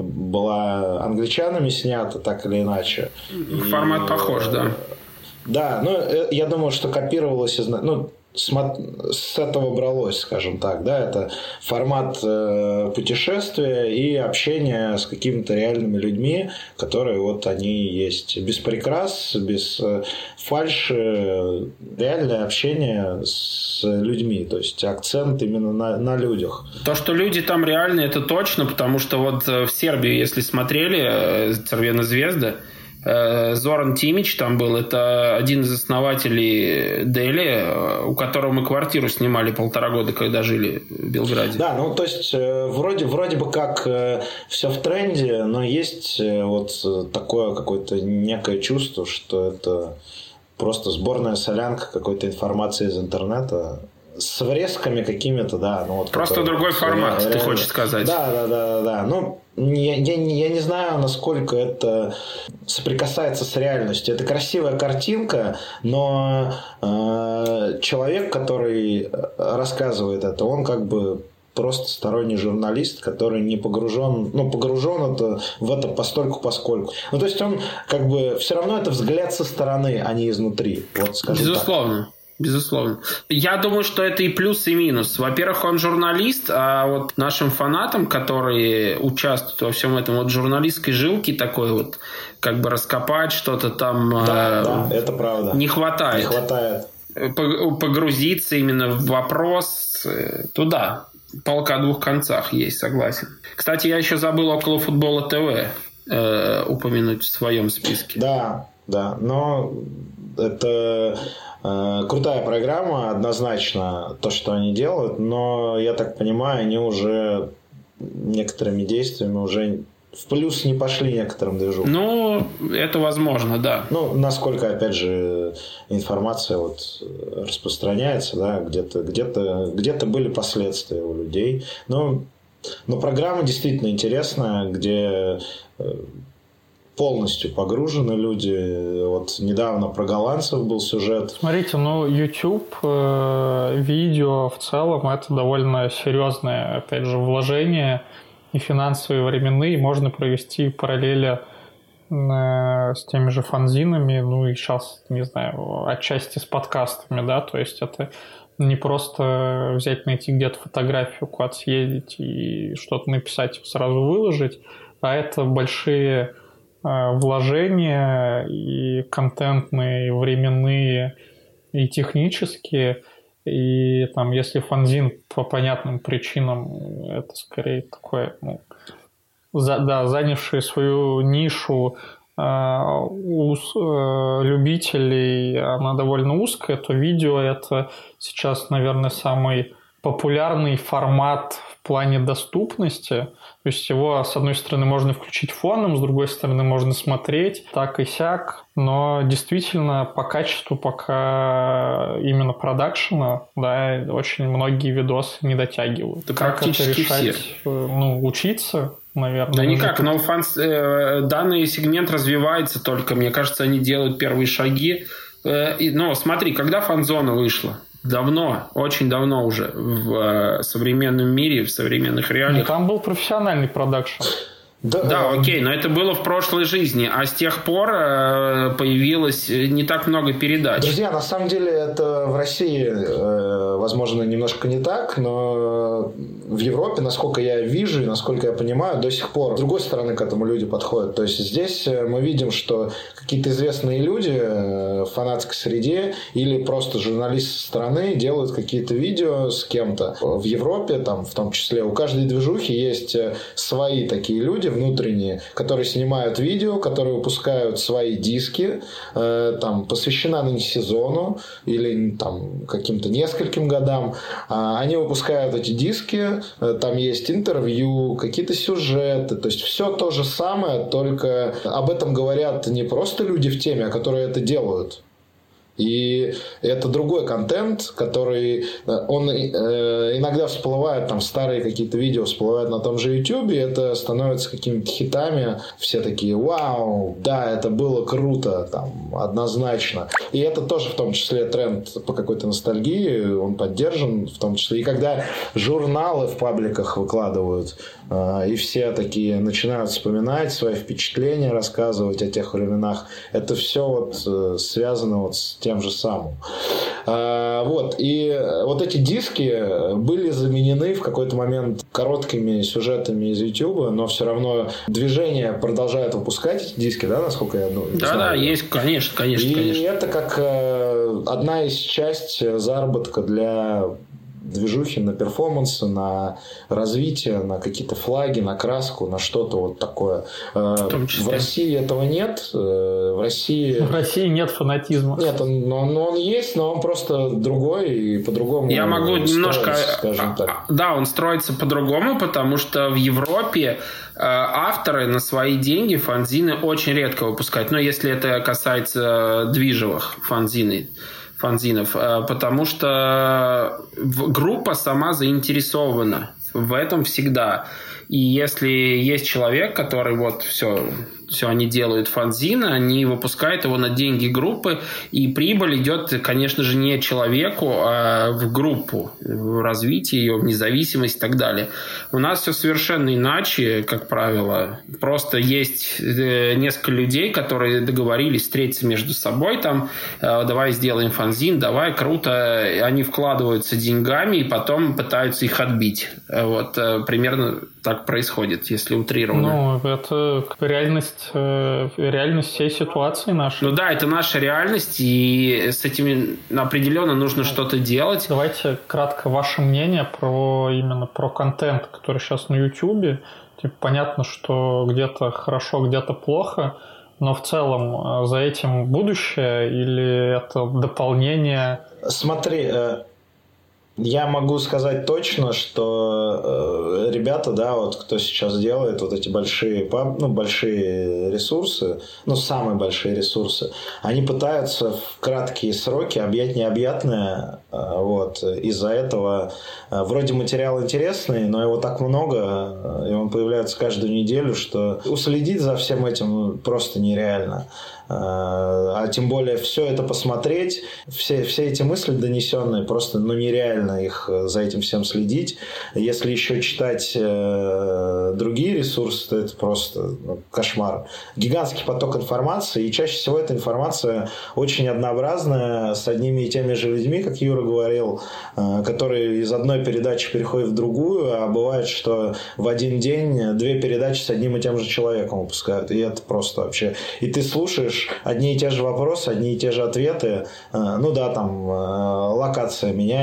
была англичанами снята, так или иначе. Формат и, похож, да. Да, ну, я думаю, что копировалось из... Ну, с этого бралось, скажем так, да, это формат э, путешествия и общения с какими-то реальными людьми, которые вот они есть, без прикрас, без э, фальши, реальное общение с людьми, то есть акцент именно на, на людях. То, что люди там реальные, это точно, потому что вот в Сербию, если смотрели «Цервена звезда», Зоран Тимич там был, это один из основателей Дели, у которого мы квартиру снимали полтора года, когда жили в Белграде. Да, ну то есть вроде, вроде бы как все в тренде, но есть вот такое какое-то некое чувство, что это просто сборная солянка какой-то информации из интернета с врезками какими-то, да. Ну, вот просто другой формат, реально, ты хочешь сказать. Да, да, да, да. Ну, я, я, я не знаю, насколько это соприкасается с реальностью. Это красивая картинка, но э, человек, который рассказывает это, он как бы просто сторонний журналист, который не погружен, ну, погружен это, в это постольку поскольку. Ну, то есть он как бы все равно это взгляд со стороны, а не изнутри. Вот, скажем Безусловно. Так. Безусловно. Я думаю, что это и плюс, и минус. Во-первых, он журналист, а вот нашим фанатам, которые участвуют во всем этом, вот журналистской жилки такой вот, как бы раскопать что-то там да, э, да, это правда. Не хватает. Не хватает. Погрузиться именно в вопрос э, туда. Палка о двух концах есть, согласен. Кстати, я еще забыл около футбола ТВ э, упомянуть в своем списке. Да, да, но это крутая программа, однозначно, то, что они делают, но, я так понимаю, они уже некоторыми действиями уже в плюс не пошли некоторым движухам. Ну, это возможно, да. Ну, насколько, опять же, информация вот распространяется, да, где-то, где-то, где-то были последствия у людей. Но, но программа действительно интересная, где полностью погружены люди. Вот недавно про голландцев был сюжет. Смотрите, ну, YouTube, э, видео в целом, это довольно серьезное, опять же, вложение и финансовые, и временные. Можно провести параллели э, с теми же фанзинами, ну и сейчас, не знаю, отчасти с подкастами, да, то есть это не просто взять, найти где-то фотографию, куда-то съездить и что-то написать и сразу выложить, а это большие вложения и контентные, и временные, и технические. И там, если фанзин по понятным причинам, это скорее такое, ну, за, да, занявший свою нишу э, у э, любителей, она довольно узкая, то видео это сейчас, наверное, самый популярный формат, в плане доступности. То есть его, с одной стороны, можно включить фоном, с другой стороны, можно смотреть так и сяк. Но действительно, по качеству пока именно продакшена, да, очень многие видосы не дотягивают. Да как это решать? Все. Ну, учиться, наверное. Да никак, но фан... э, данный сегмент развивается только. Мне кажется, они делают первые шаги. Э, и, но смотри, когда фан-зона вышла? Давно, очень давно уже в э, современном мире, в современных реалиях. Ну, там был профессиональный продакшн. Да, да, окей, но это было в прошлой жизни, а с тех пор э, появилось не так много передач. Друзья, на самом деле это в России, э, возможно, немножко не так, но в Европе, насколько я вижу и насколько я понимаю, до сих пор с другой стороны к этому люди подходят. То есть здесь мы видим, что какие-то известные люди в фанатской среде или просто журналисты страны делают какие-то видео с кем-то. В Европе, там, в том числе, у каждой движухи есть свои такие люди, внутренние, которые снимают видео, которые выпускают свои диски, э, там, посвящена на сезону или там каким-то нескольким годам. А они выпускают эти диски, э, там есть интервью, какие-то сюжеты, то есть все то же самое, только об этом говорят не просто люди в теме, а которые это делают. И это другой контент, который он э, иногда всплывает, там старые какие-то видео всплывают на том же YouTube, и это становится какими-то хитами. Все такие: вау, да, это было круто, там, однозначно. И это тоже в том числе тренд по какой-то ностальгии, он поддержан в том числе. И когда журналы в пабликах выкладывают, э, и все такие начинают вспоминать свои впечатления, рассказывать о тех временах, это все вот э, связано вот с тем же самым. А, вот. И вот эти диски были заменены в какой-то момент короткими сюжетами из YouTube, но все равно движение продолжает выпускать эти диски, да, насколько я ну, да, знаю. Да, есть, конечно, конечно. И конечно. это как одна из частей заработка для движухи на перформансы, на развитие, на какие-то флаги, на краску, на что-то вот такое. В России этого нет. В России... В России нет фанатизма. Нет, он, он, он есть, но он просто другой и по-другому. Я могу немножко... Скажем так. Да, он строится по-другому, потому что в Европе авторы на свои деньги фанзины очень редко выпускают. Но если это касается движевых фанзинов. фанзинов, потому что группа сама заинтересована в этом всегда. И если есть человек, который вот все, все они делают фанзин, они выпускают его на деньги группы, и прибыль идет, конечно же, не человеку, а в группу, в развитие ее, в независимость и так далее. У нас все совершенно иначе, как правило. Просто есть несколько людей, которые договорились встретиться между собой, там, давай сделаем фанзин, давай, круто. Они вкладываются деньгами и потом пытаются их отбить. Вот, примерно так происходит, если утрированно. Ну, это реальность, реальность всей ситуации нашей. Ну да, это наша реальность, и с этим определенно нужно что-то делать. Давайте кратко ваше мнение про именно про контент, который сейчас на YouTube. Типа, понятно, что где-то хорошо, где-то плохо, но в целом за этим будущее или это дополнение? Смотри, я могу сказать точно, что э, ребята, да, вот кто сейчас делает вот эти большие, ну, большие ресурсы, ну, самые большие ресурсы, они пытаются в краткие сроки объять необъятное, э, вот, из-за этого э, вроде материал интересный, но его так много, э, и он появляется каждую неделю, что уследить за всем этим просто нереально. А тем более все это посмотреть, все, все эти мысли донесенные, просто ну, нереально их за этим всем следить. Если еще читать э, другие ресурсы, то это просто ну, кошмар. Гигантский поток информации, и чаще всего эта информация очень однообразная, с одними и теми же людьми, как Юра говорил, э, которые из одной передачи переходят в другую, а бывает, что в один день две передачи с одним и тем же человеком выпускают, и это просто вообще... И ты слушаешь одни и те же вопросы, одни и те же ответы. Ну да, там локация меняется,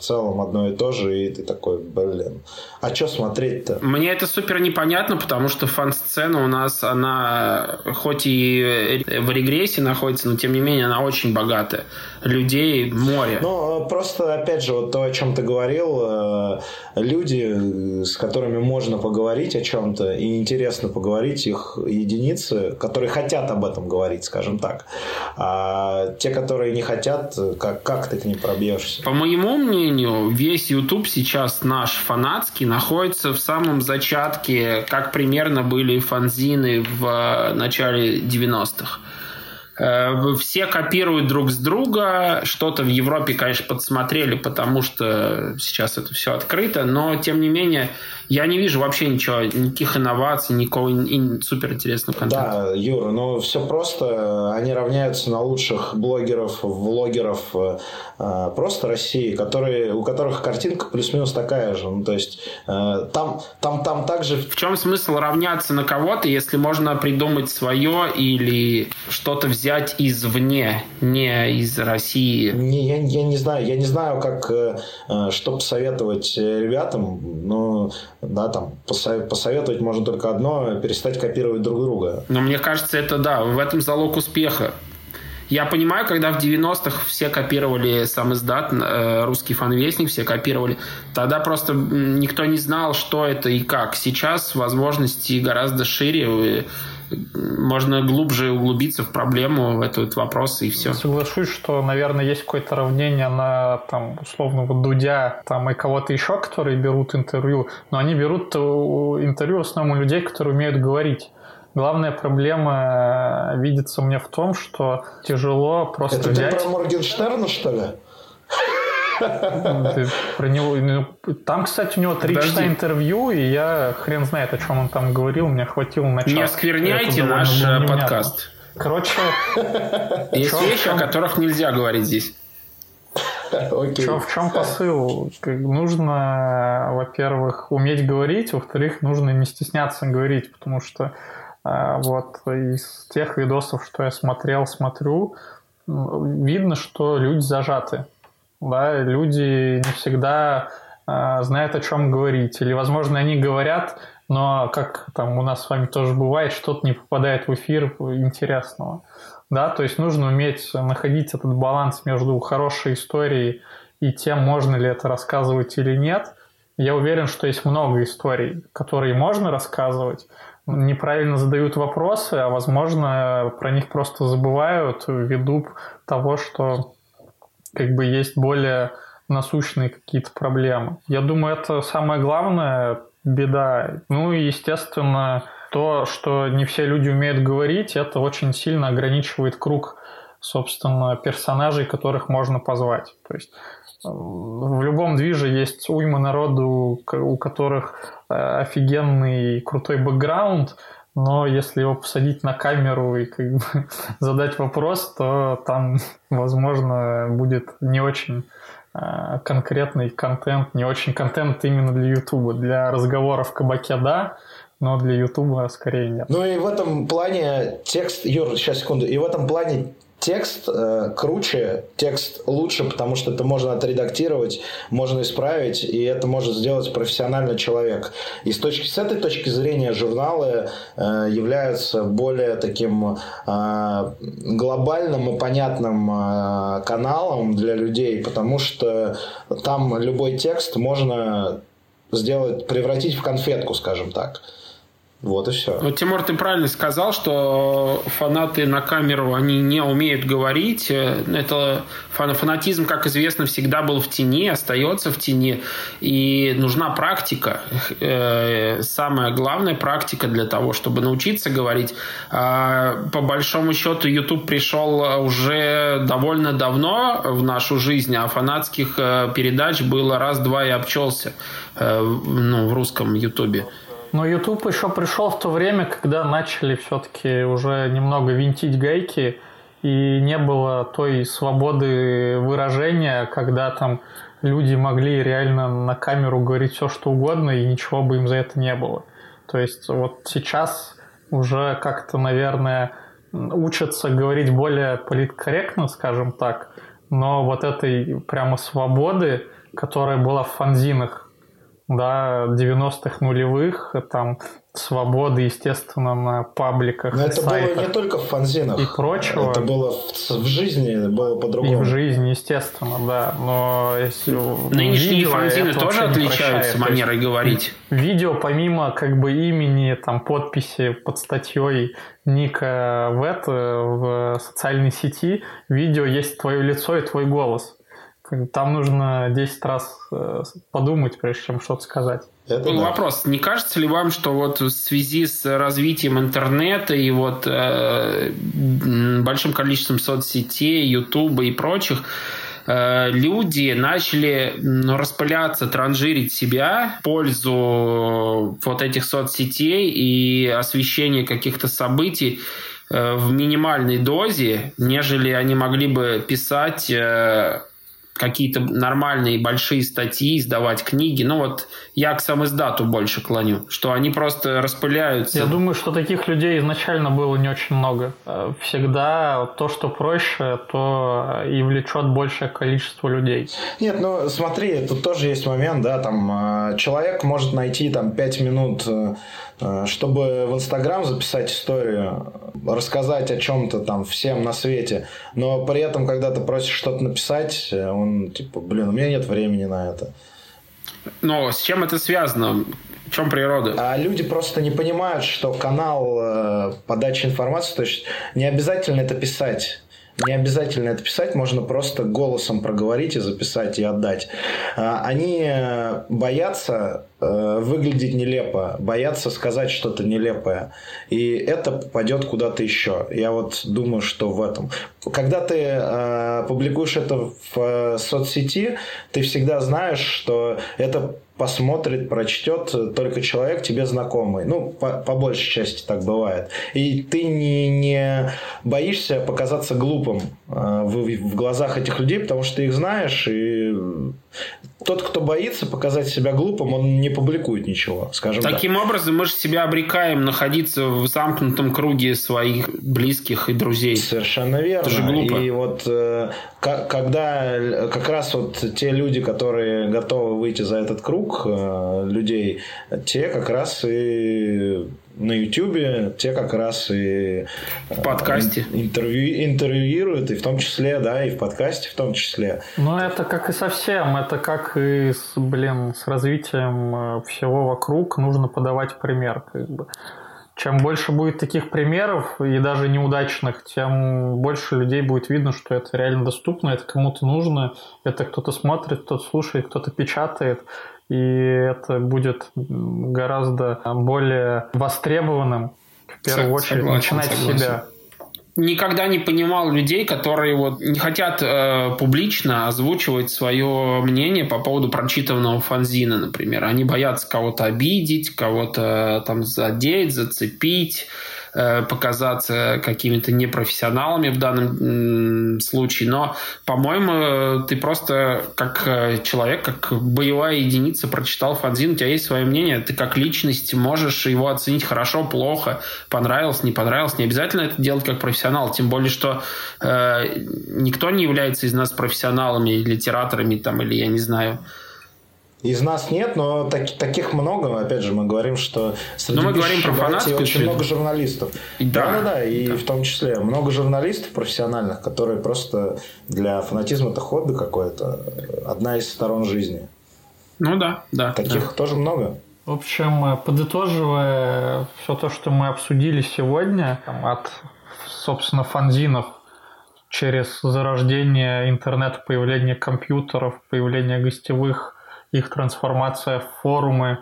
целом одно и то же, и ты такой, блин, а что смотреть-то? Мне это супер непонятно, потому что фан-сцена у нас, она хоть и в регрессии находится, но тем не менее она очень богатая. Людей море. Ну, просто, опять же, вот то, о чем ты говорил, люди, с которыми можно поговорить о чем-то, и интересно поговорить, их единицы, которые хотят об этом говорить, скажем так. А те, которые не хотят, как, как ты к ним пробьешься? По моему мнению, весь YouTube сейчас наш фанатский находится в самом зачатке, как примерно были фанзины в начале девяностых. Все копируют друг с друга. Что-то в Европе, конечно, подсмотрели, потому что сейчас это все открыто. Но, тем не менее, я не вижу вообще ничего, никаких инноваций, никакого суперинтересного контента. Да, Юра, ну все просто. Они равняются на лучших блогеров, влогеров просто России, которые, у которых картинка плюс-минус такая же. Ну, то есть там, там, там также... В чем смысл равняться на кого-то, если можно придумать свое или что-то взять взять извне, не из России? Не, я, я не знаю, я не знаю, как что посоветовать ребятам. Ну, да, там посоветовать можно только одно: перестать копировать друг друга. Но мне кажется, это да, в этом залог успеха. Я понимаю, когда в девяностых все копировали сам издат, русский фанвестник, все копировали, тогда просто никто не знал, что это и как. Сейчас возможности гораздо шире, можно глубже углубиться в проблему, в этот вопрос, и все. Соглашусь, что, наверное, есть какое-то равнение на, там, условно, вот Дудя там, и кого-то еще, которые берут интервью, но они берут интервью в основном у людей, которые умеют говорить. Главная проблема видится мне в том, что тяжело просто это взять... Это ты про Моргенштерна, что ли? Ты про него... Там, кстати, у него три часа интервью, и я хрен знает, о чем он там говорил, мне хватило на час. Не оскверняйте наш подкаст. Короче... Есть вещи, о которых нельзя говорить здесь. Чё, в чем посыл? Нужно, во-первых, уметь говорить, во-вторых, нужно не стесняться говорить, потому что вот из тех видосов, что я смотрел, смотрю, видно, что люди зажаты. Да, люди не всегда э, знают, о чем говорить. Или, возможно, они говорят, но, как там у нас с вами тоже бывает, что-то не попадает в эфир интересного. Да, то есть нужно уметь находить этот баланс между хорошей историей и тем, можно ли это рассказывать или нет. Я уверен, что есть много историй, которые можно рассказывать, неправильно задают вопросы, а, возможно, про них просто забывают ввиду того, что как бы есть более насущные какие-то проблемы. Я думаю, это самая главная беда. Ну и, естественно, то, что не все люди умеют говорить, это очень сильно ограничивает круг, собственно, персонажей, которых можно позвать. То есть в любом движе есть уйма народу, у которых офигенный крутой бэкграунд, но если его посадить на камеру и как бы задать вопрос, то там, возможно, будет не очень э, конкретный контент, не очень контент именно для Ютуба. Для разговора в кабаке, да, но для Ютуба скорее нет. Ну и в этом плане текст... Юр, сейчас, секунду. И в этом плане текст э, круче, текст лучше, потому что это можно отредактировать, можно исправить, и это может сделать профессиональный человек. И с, точки, с этой точки зрения журналы э, являются более таким э, глобальным и понятным э, каналом для людей, потому что там любой текст можно сделать, превратить в конфетку, скажем так. Вот и все. Вот, Тимур, ты правильно сказал, что фанаты на камеру, они не умеют говорить. Это фанатизм, как известно, всегда был в тени, остается в тени. И нужна практика. Самая главная практика для того, чтобы научиться говорить. По большому счету, YouTube пришел уже довольно давно в нашу жизнь, а фанатских передач было раз-два и обчелся, ну, в русском YouTube. Но YouTube еще пришел в то время, когда начали все-таки уже немного винтить гайки, и не было той свободы выражения, когда там люди могли реально на камеру говорить все, что угодно, и ничего бы им за это не было. То есть вот сейчас уже как-то, наверное, учатся говорить более политкорректно, скажем так, но вот этой прямо свободы, которая была в фанзинах, да, девяностых нулевых, там, свободы, естественно, на пабликах, но это сайтах было не только в фанзинах. И прочего. Это было в, в жизни, было по-другому. И в жизни, естественно, да. Но если нынешние видео, фанзины тоже отличаются манерой есть, говорить. Видео, помимо как бы имени, там, подписи под статьей ника в, это, в социальной сети, видео есть твое лицо и твой голос. Там нужно десять раз подумать, прежде чем что-то сказать. Это Был да. вопрос. Не кажется ли вам, что вот в связи с развитием интернета и вот э, большим количеством соцсетей, Ютуба и прочих, э, люди начали ну, распыляться, транжирить себя в пользу вот этих соцсетей и освещения каких-то событий э, в минимальной дозе, нежели они могли бы писать э, какие-то нормальные большие статьи, издавать книги. Ну вот я к самиздату больше клоню, что они просто распыляются. Я думаю, что таких людей изначально было не очень много. Всегда то, что проще, то и влечет большее количество людей. Нет, ну смотри, тут тоже есть момент, да, там человек может найти там пять минут, чтобы в Инстаграм записать историю, рассказать о чем-то там всем на свете, но при этом, когда ты просишь что-то написать, он типа, блин, у меня нет времени на это. Но с чем это связано? В чем природа? А люди просто не понимают, что канал э, подачи информации, то есть не обязательно это писать. Не обязательно это писать, можно просто голосом проговорить и записать, и отдать. Они боятся выглядеть нелепо, боятся сказать что-то нелепое. И это попадет куда-то еще. Я вот думаю, что в этом. Когда ты публикуешь это в соцсети, ты всегда знаешь, что это посмотрит, прочтет только человек тебе знакомый. Ну, по, по большей части так бывает. И ты не, не боишься показаться глупым э, в, в глазах этих людей, потому что ты их знаешь, и тот, кто боится показать себя глупым, он не публикует ничего, скажем так. Таким образом, мы же себя обрекаем находиться в замкнутом круге своих близких и друзей. Совершенно верно. Это же глупо. И вот э, к- когда как раз вот те люди, которые готовы выйти за этот круг э, людей, те как раз и на Ютубе, те как раз и в подкасте интервью, интервьюируют, и в том числе, да, и в подкасте в том числе. Ну, это как и совсем, это как и с, блин, с развитием всего вокруг нужно подавать пример, как бы. Чем больше будет таких примеров, и даже неудачных, тем больше людей будет видно, что это реально доступно, это кому-то нужно, это кто-то смотрит, кто-то слушает, кто-то печатает, и это будет гораздо более востребованным, в первую очередь, согласен, начинать согласен. с себя. Никогда не понимал людей, которые вот не хотят э, публично озвучивать свое мнение по поводу прочитанного фанзина, например. Они боятся кого-то обидеть, кого-то там задеть, зацепить, э, показаться какими-то непрофессионалами в данном м, случае. Но, по-моему, ты просто как человек, как боевая единица прочитал фанзин, у тебя есть свое мнение, ты как личность можешь его оценить хорошо, плохо, понравилось, не понравилось. Не обязательно это делать как профессионал. Тем более, что э, никто не является из нас профессионалами, литераторами там, или я не знаю. Из нас нет, но так, таких много. Опять же, мы говорим, что среди но мы говорим про фанатскую очень среду. много журналистов. Да, да, да, и да. в том числе много журналистов профессиональных, которые просто для фанатизма это хобби какое-то, одна из сторон жизни. Ну да, да. Таких да. тоже много. В общем, подытоживая все то, что мы обсудили сегодня, там, от, собственно, фанзинов через зарождение интернета, появление компьютеров, появление гостевых, их трансформация в форумы,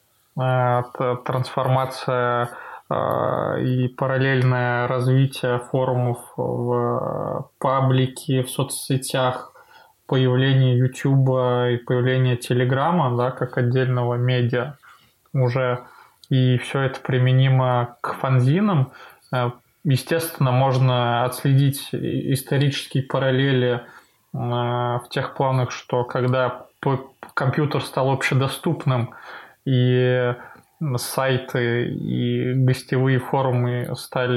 трансформация и параллельное развитие форумов в паблике, в соцсетях, появление Ютуба и появление Телеграма, да, как отдельного медиа уже, и все это применимо к фанзинам. Естественно, можно отследить исторические параллели в тех планах, что когда компьютер стал общедоступным и сайты и гостевые форумы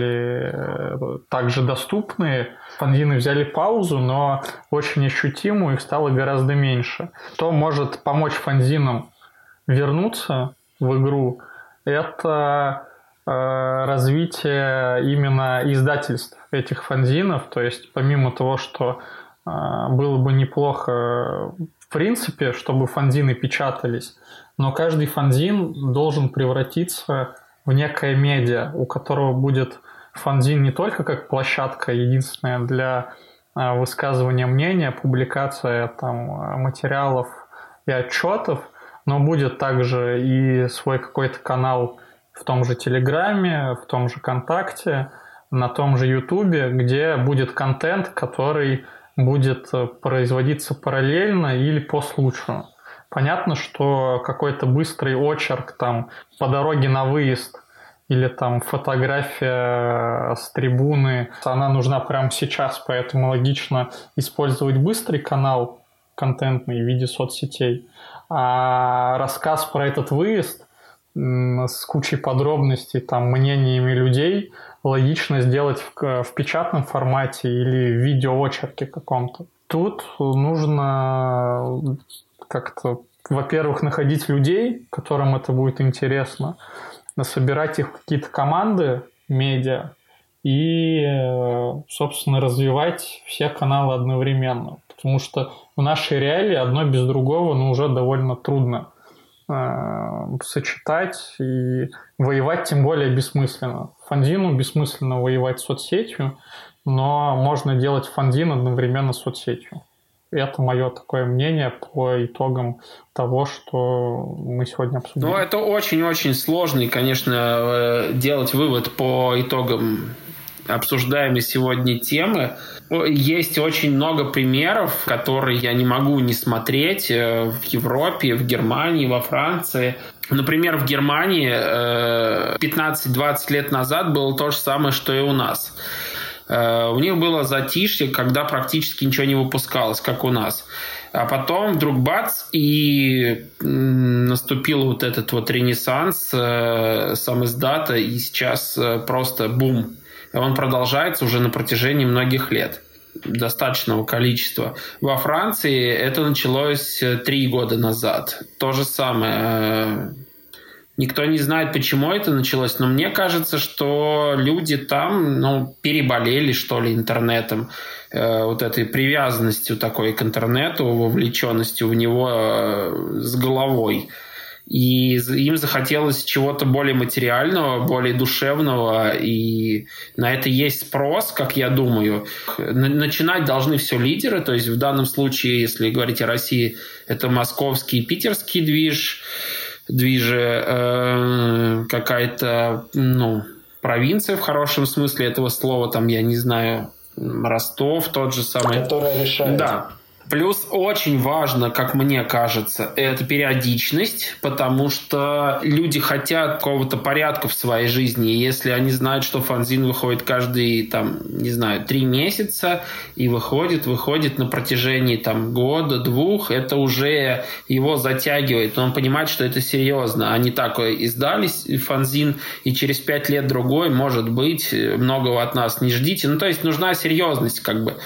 стали также доступны. Фанзины взяли паузу, но очень ощутимую, их стало гораздо меньше. Что может помочь фанзинам вернуться в игру, это э, развитие именно издательств этих фанзинов. То есть помимо того, что э, было бы неплохо в принципе, чтобы фанзины печатались, но каждый фанзин должен превратиться в некое медиа, у которого будет фанзин не только как площадка единственная для высказывания мнения, публикация там, материалов и отчетов, но будет также и свой какой-то канал в том же Телеграме, в том же ВКонтакте, на том же Ютубе, где будет контент, который будет производиться параллельно или по случаю. Понятно, что какой-то быстрый очерк там по дороге на выезд или там фотография с трибуны, она нужна прямо сейчас, поэтому логично использовать быстрый канал контентный в виде соцсетей. А рассказ про этот выезд с кучей подробностей, там, мнениями людей логично сделать в, в печатном формате или в видеоочерке каком-то. Тут нужно как-то, во-первых, находить людей, которым это будет интересно, собирать их в какие-то команды медиа и, собственно, развивать все каналы одновременно. Потому что в нашей реалии одно без другого, ну, уже довольно трудно э, сочетать, и воевать тем более бессмысленно. Фанзину бессмысленно воевать с соцсетью, но можно делать фанзин одновременно с соцсетью. Это мое такое мнение по итогам того, что мы сегодня обсудили. Ну, это очень-очень сложный, конечно, делать вывод по итогам обсуждаемой сегодня темы. Есть очень много примеров, которые я не могу не смотреть в Европе, в Германии, во Франции. Например, в Германии пятнадцать-двадцать лет назад было то же самое, что и у нас. У них было затишье, когда практически ничего не выпускалось, как у нас. А потом вдруг бац, и наступил вот этот вот ренессанс самиздата, и сейчас просто бум. И он продолжается уже на протяжении многих лет. Достаточного количества. Во Франции это началось три года назад. То же самое. Никто не знает, почему это началось, но мне кажется, что люди там, ну, переболели, что ли, интернетом, э, вот этой привязанностью такой к интернету, вовлеченностью в него э, с головой. И им захотелось чего-то более материального, более душевного, и на это есть спрос, как я думаю. Начинать должны все лидеры, то есть в данном случае, если говорить о России, это московский и питерский движ, движе э, какая-то, ну, провинция в хорошем смысле этого слова, там, я не знаю, Ростов тот же самый. Которая решает. Да. Плюс очень важно, как мне кажется, это периодичность, потому что люди хотят какого-то порядка в своей жизни. И если они знают, что фанзин выходит каждые, там, не знаю, три месяца и выходит, выходит на протяжении там, года, двух, это уже его затягивает. Он понимает, что это серьезно. Они так издали фанзин, и через пять лет другой, может быть, многого от нас не ждите. Ну, то есть нужна серьезность, как бы,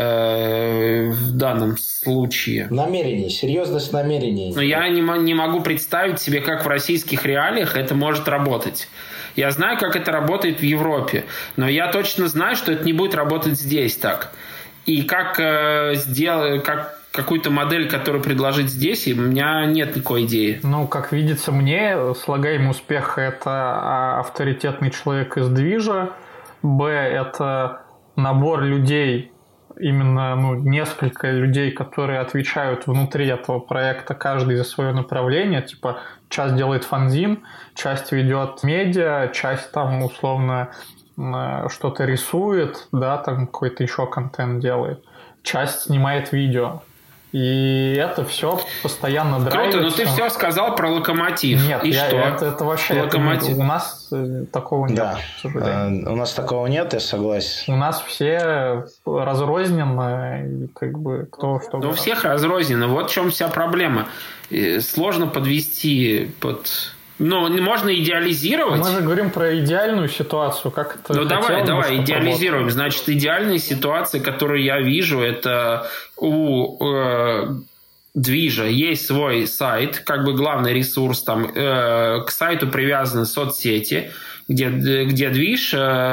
э, в данном случае. Намерений, серьезность намерений. Но я не, не могу представить себе, как в российских реалиях это может работать. Я знаю, как это работает в Европе, но я точно знаю, что это не будет работать здесь так. И как э, сделать, как какую-то модель, которую предложить здесь, у меня нет никакой идеи. Ну, как видится мне, слагаемый успех – это авторитетный человек из движа, б – это набор людей, именно, ну, несколько людей, которые отвечают внутри этого проекта, каждый за свое направление, типа часть делает фанзин, часть ведет медиа, часть там условно что-то рисует, да, там какой-то еще контент делает, часть снимает видео. И это все постоянно драйвится. Круто, но ты все сказал про Локомотив. Нет, и я, что? Это, это вообще Локомотив. Это, у нас такого нет. Да. У нас такого нет, я согласен. У нас все разрозненно, и как бы кто что. Ну, у всех разрозненно. Вот в чем вся проблема. Сложно подвести под Ну, можно идеализировать. Мы же говорим про идеальную ситуацию. Как это ну, давай, давай, идеализируем. Работать. Значит, идеальная ситуация, которую я вижу, это у э, движа есть свой сайт, как бы главный ресурс. Там, э, к сайту привязаны соцсети, где, где движ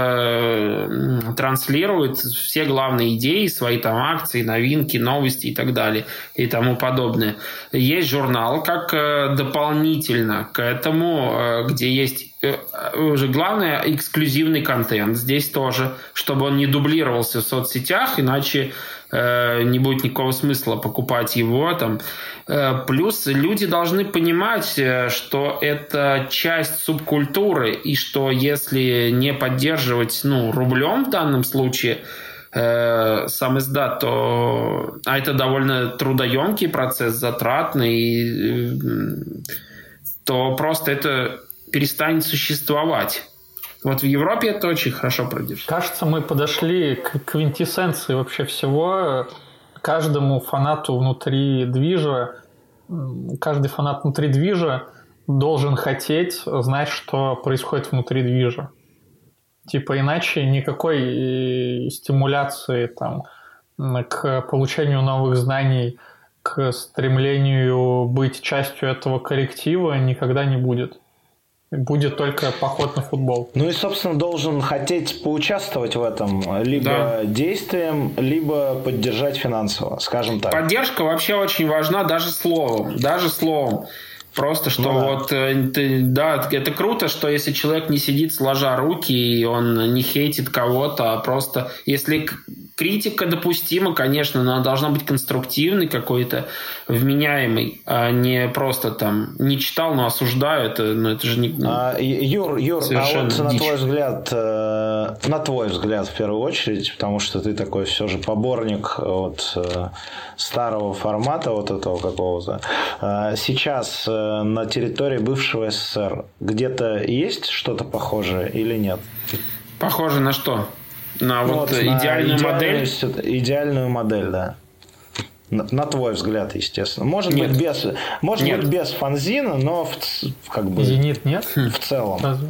э, транслирует все главные идеи, свои там акции, новинки, новости и так далее, и тому подобное. Есть журнал как э, дополнительно к этому, э, где есть э, уже главное эксклюзивный контент. Здесь тоже, чтобы он не дублировался в соцсетях, иначе э, не будет никакого смысла покупать его там. Плюс люди должны понимать, что это часть субкультуры, и что если не поддерживать ну, рублем в данном случае э, сам издат, то а это довольно трудоемкий процесс, затратный, э, то просто это перестанет существовать. Вот в Европе это очень хорошо продержится. Кажется, мы подошли к квинтэссенции вообще всего. Каждому фанату внутри движа, каждый фанат внутри движа должен хотеть знать, что происходит внутри движа. Типа иначе никакой стимуляции там, к получению новых знаний, к стремлению быть частью этого коллектива никогда не будет. Будет только поход на футбол. Ну и, собственно, должен хотеть поучаствовать в этом либо да. действием, либо поддержать финансово, скажем так. Поддержка вообще очень важна даже словом. Даже словом. Просто что ну, да. вот, ты, да, это круто, что если человек не сидит сложа руки, и он не хейтит кого-то, а просто, если критика допустима, конечно, но она должна быть конструктивной какой-то, вменяемой, а не просто там, не читал, но осуждаю, это, ну, это же не... Ну, а, Юр, Юр, а вот дичь. на твой взгляд, э, на твой взгляд в первую очередь, потому что ты такой все же поборник от э, старого формата, вот этого какого-то, э, сейчас э, на территории бывшего СССР где-то есть что-то похожее или нет? Похоже на что? На ну, вот, вот идеальную на модель? Идеальную модель, да. На, на твой взгляд, естественно. Может нет. быть, без, может нет. быть, без фанзина, но в, как бы, «Зенит» нет? В целом. Разве?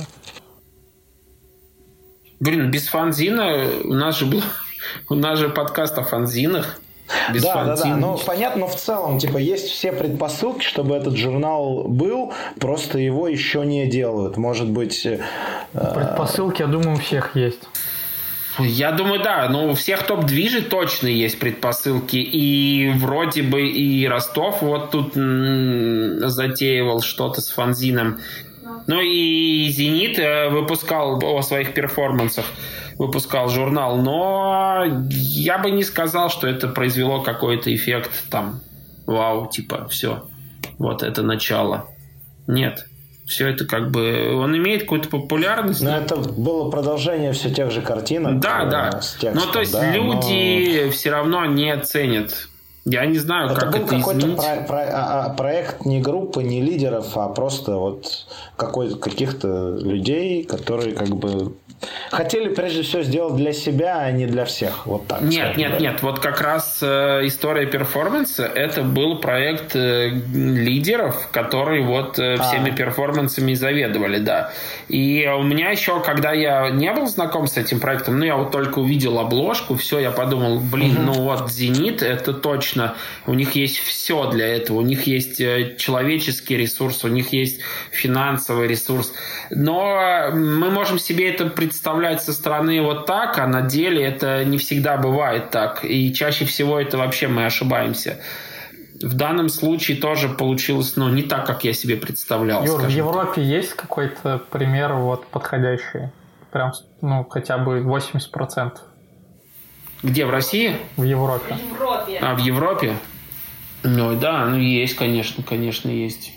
Блин, без фанзина у нас же был, у нас же подкаст о фанзинах. Без да, фанзин. да, да. Ну, понятно, но в целом, типа, есть все предпосылки, чтобы этот журнал был, просто его еще не делают. Может быть... Предпосылки, я думаю, у всех есть. Я думаю, да. Но у всех топ-движей точно есть предпосылки. И вроде бы и Ростов вот тут м- затеивал что-то с фанзином. Ну и «Зенит» выпускал о своих перформансах. Выпускал журнал, но я бы не сказал, что это произвело какой-то эффект там, вау, типа, все, вот это начало. Нет, все это как бы, он имеет какую-то популярность. Но это было продолжение все тех же картинок. Да, э, да, с текстом, ну то есть да, люди но... все равно не ценят. Я не знаю, это как был это какой-то изменить. про- про- а, проект не группы, не лидеров, а просто вот какой- каких-то людей, которые как бы хотели прежде всего сделать для себя, а не для всех. Вот так. Нет, скажем, нет, да. нет. Вот как раз э, история перформанса это был проект э, лидеров, которые вот э, всеми а. перформансами заведовали, да. И у меня еще, когда я не был знаком с этим проектом, ну я вот только увидел обложку, все, я подумал, блин, угу. ну вот «Зенит» это точно. У них есть все для этого. У них есть человеческий ресурс, у них есть финансовый ресурс. Но мы можем себе это представлять со стороны вот так, а на деле это не всегда бывает так. И чаще всего это вообще мы ошибаемся. В данном случае тоже получилось, ну, не так, как я себе представлял. Юр, в Европе так. есть какой-то пример вот подходящий? Прям, ну, хотя бы восемьдесят процентов. Где, в России? В Европе. В Европе. А, в Европе? Ну, да, ну, есть, конечно, конечно, есть.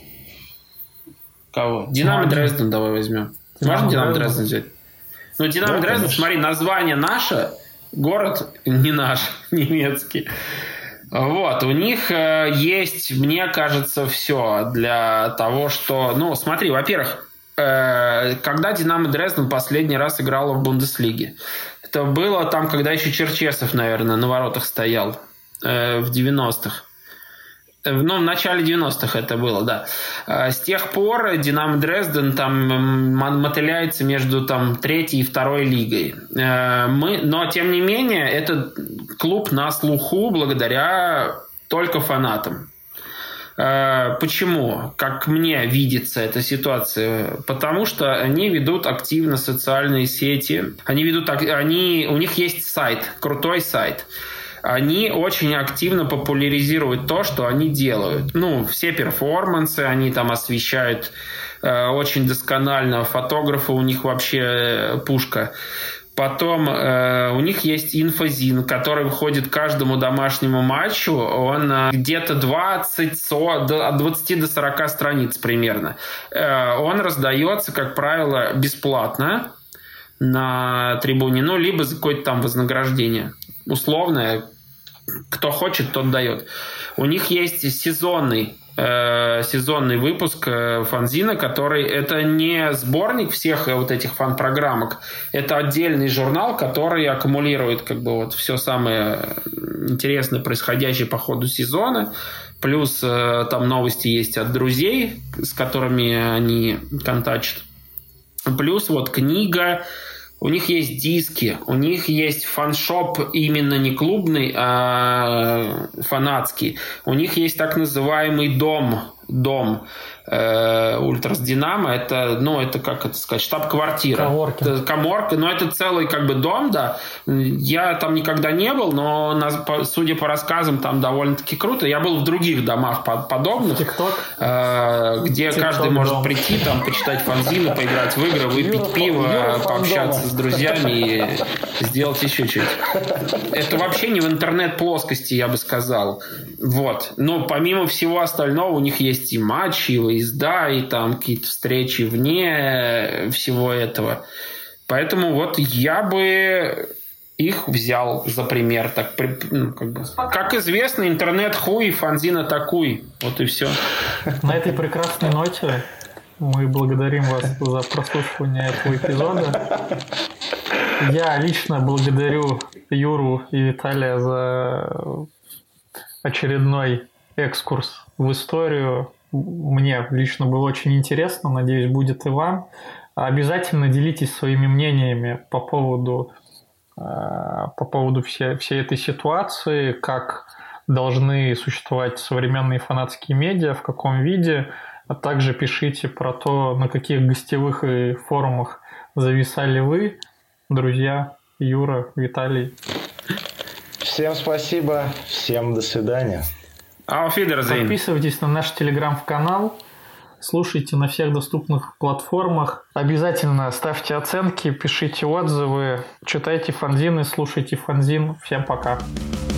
Кого? «Динамо ну, Дрезден» давай возьмем. Динамо Можно «Динамо Дрезден» взять? Ну, «Динамо да, Дрезден», смотри, название наше, город не наш, немецкий. Вот, у них э, есть, мне кажется, все для того, что... Ну, смотри, во-первых, э, когда «Динамо Дрезден» последний раз играла в Бундеслиге? Это было там, когда еще Черчесов, наверное, на воротах стоял э, в девяностых. Ну, в начале девяностых это было, да. С тех пор «Динамо Дрезден» там мотыляется между там, третьей и второй лигой. Мы, но, тем не менее, это клуб на слуху благодаря только фанатам. Почему? Как мне видится эта ситуация? Потому что они ведут активно социальные сети. Они ведут, они, у них есть сайт, крутой сайт. Они очень активно популяризируют то, что они делают. Ну, все перформансы они там освещают э, очень досконально. Фотографы у них вообще э, пушка. Потом э, у них есть инфозин, который выходит к каждому домашнему матчу. Он э, где-то двадцать, от двадцати до сорока страниц примерно. Э, он раздается, как правило, бесплатно на трибуне, ну, либо за какое-то там вознаграждение. Условное, кто хочет, тот дает. У них есть сезонный, э, сезонный выпуск э, фанзина, который это не сборник всех вот этих фан-программок, это отдельный журнал, который аккумулирует как бы вот все самое интересное, происходящее по ходу сезона. Плюс э, там новости есть от друзей, с которыми они контачат. Плюс вот книга. У них есть диски, у них есть фаншоп именно не клубный, а фанатский. У них есть так называемый дом, дом э, Ультрас Динамо. Это, ну, это как это сказать, штаб-квартира. Каморка. Каморка, но это целый как бы дом, да. Я там никогда не был, но судя по рассказам, там довольно-таки круто. Я был в других домах подобных, TikTok. Э, где TikTok каждый дом. Может прийти, там, почитать фанзины, поиграть в игры, выпить Юра, пиво, Юра пообщаться с друзьями и сделать еще что-нибудь. Это вообще не в интернет-плоскости, я бы сказал. Вот. Но помимо всего остального, у них есть и матчи, и выезда, и там какие-то встречи вне всего этого. Поэтому вот я бы их взял за пример. Так, ну, как бы. Как известно, интернет хуй, фанзин атакуй. Вот и все. На этой прекрасной ноте мы благодарим вас за прослушивание этого эпизода. Я лично благодарю Юру и Виталия за очередной экскурс в историю. Мне лично было очень интересно, надеюсь, будет и вам. Обязательно делитесь своими мнениями по поводу, по поводу всей, всей этой ситуации, как должны существовать современные фанатские медиа, в каком виде. А также пишите про то, на каких гостевых и форумах зависали вы, друзья, Юра, Виталий. Всем спасибо, всем до свидания. Подписывайтесь на наш телеграм-канал, слушайте на всех доступных платформах. Обязательно ставьте оценки, пишите отзывы, читайте фанзины, слушайте фанзин. Всем пока.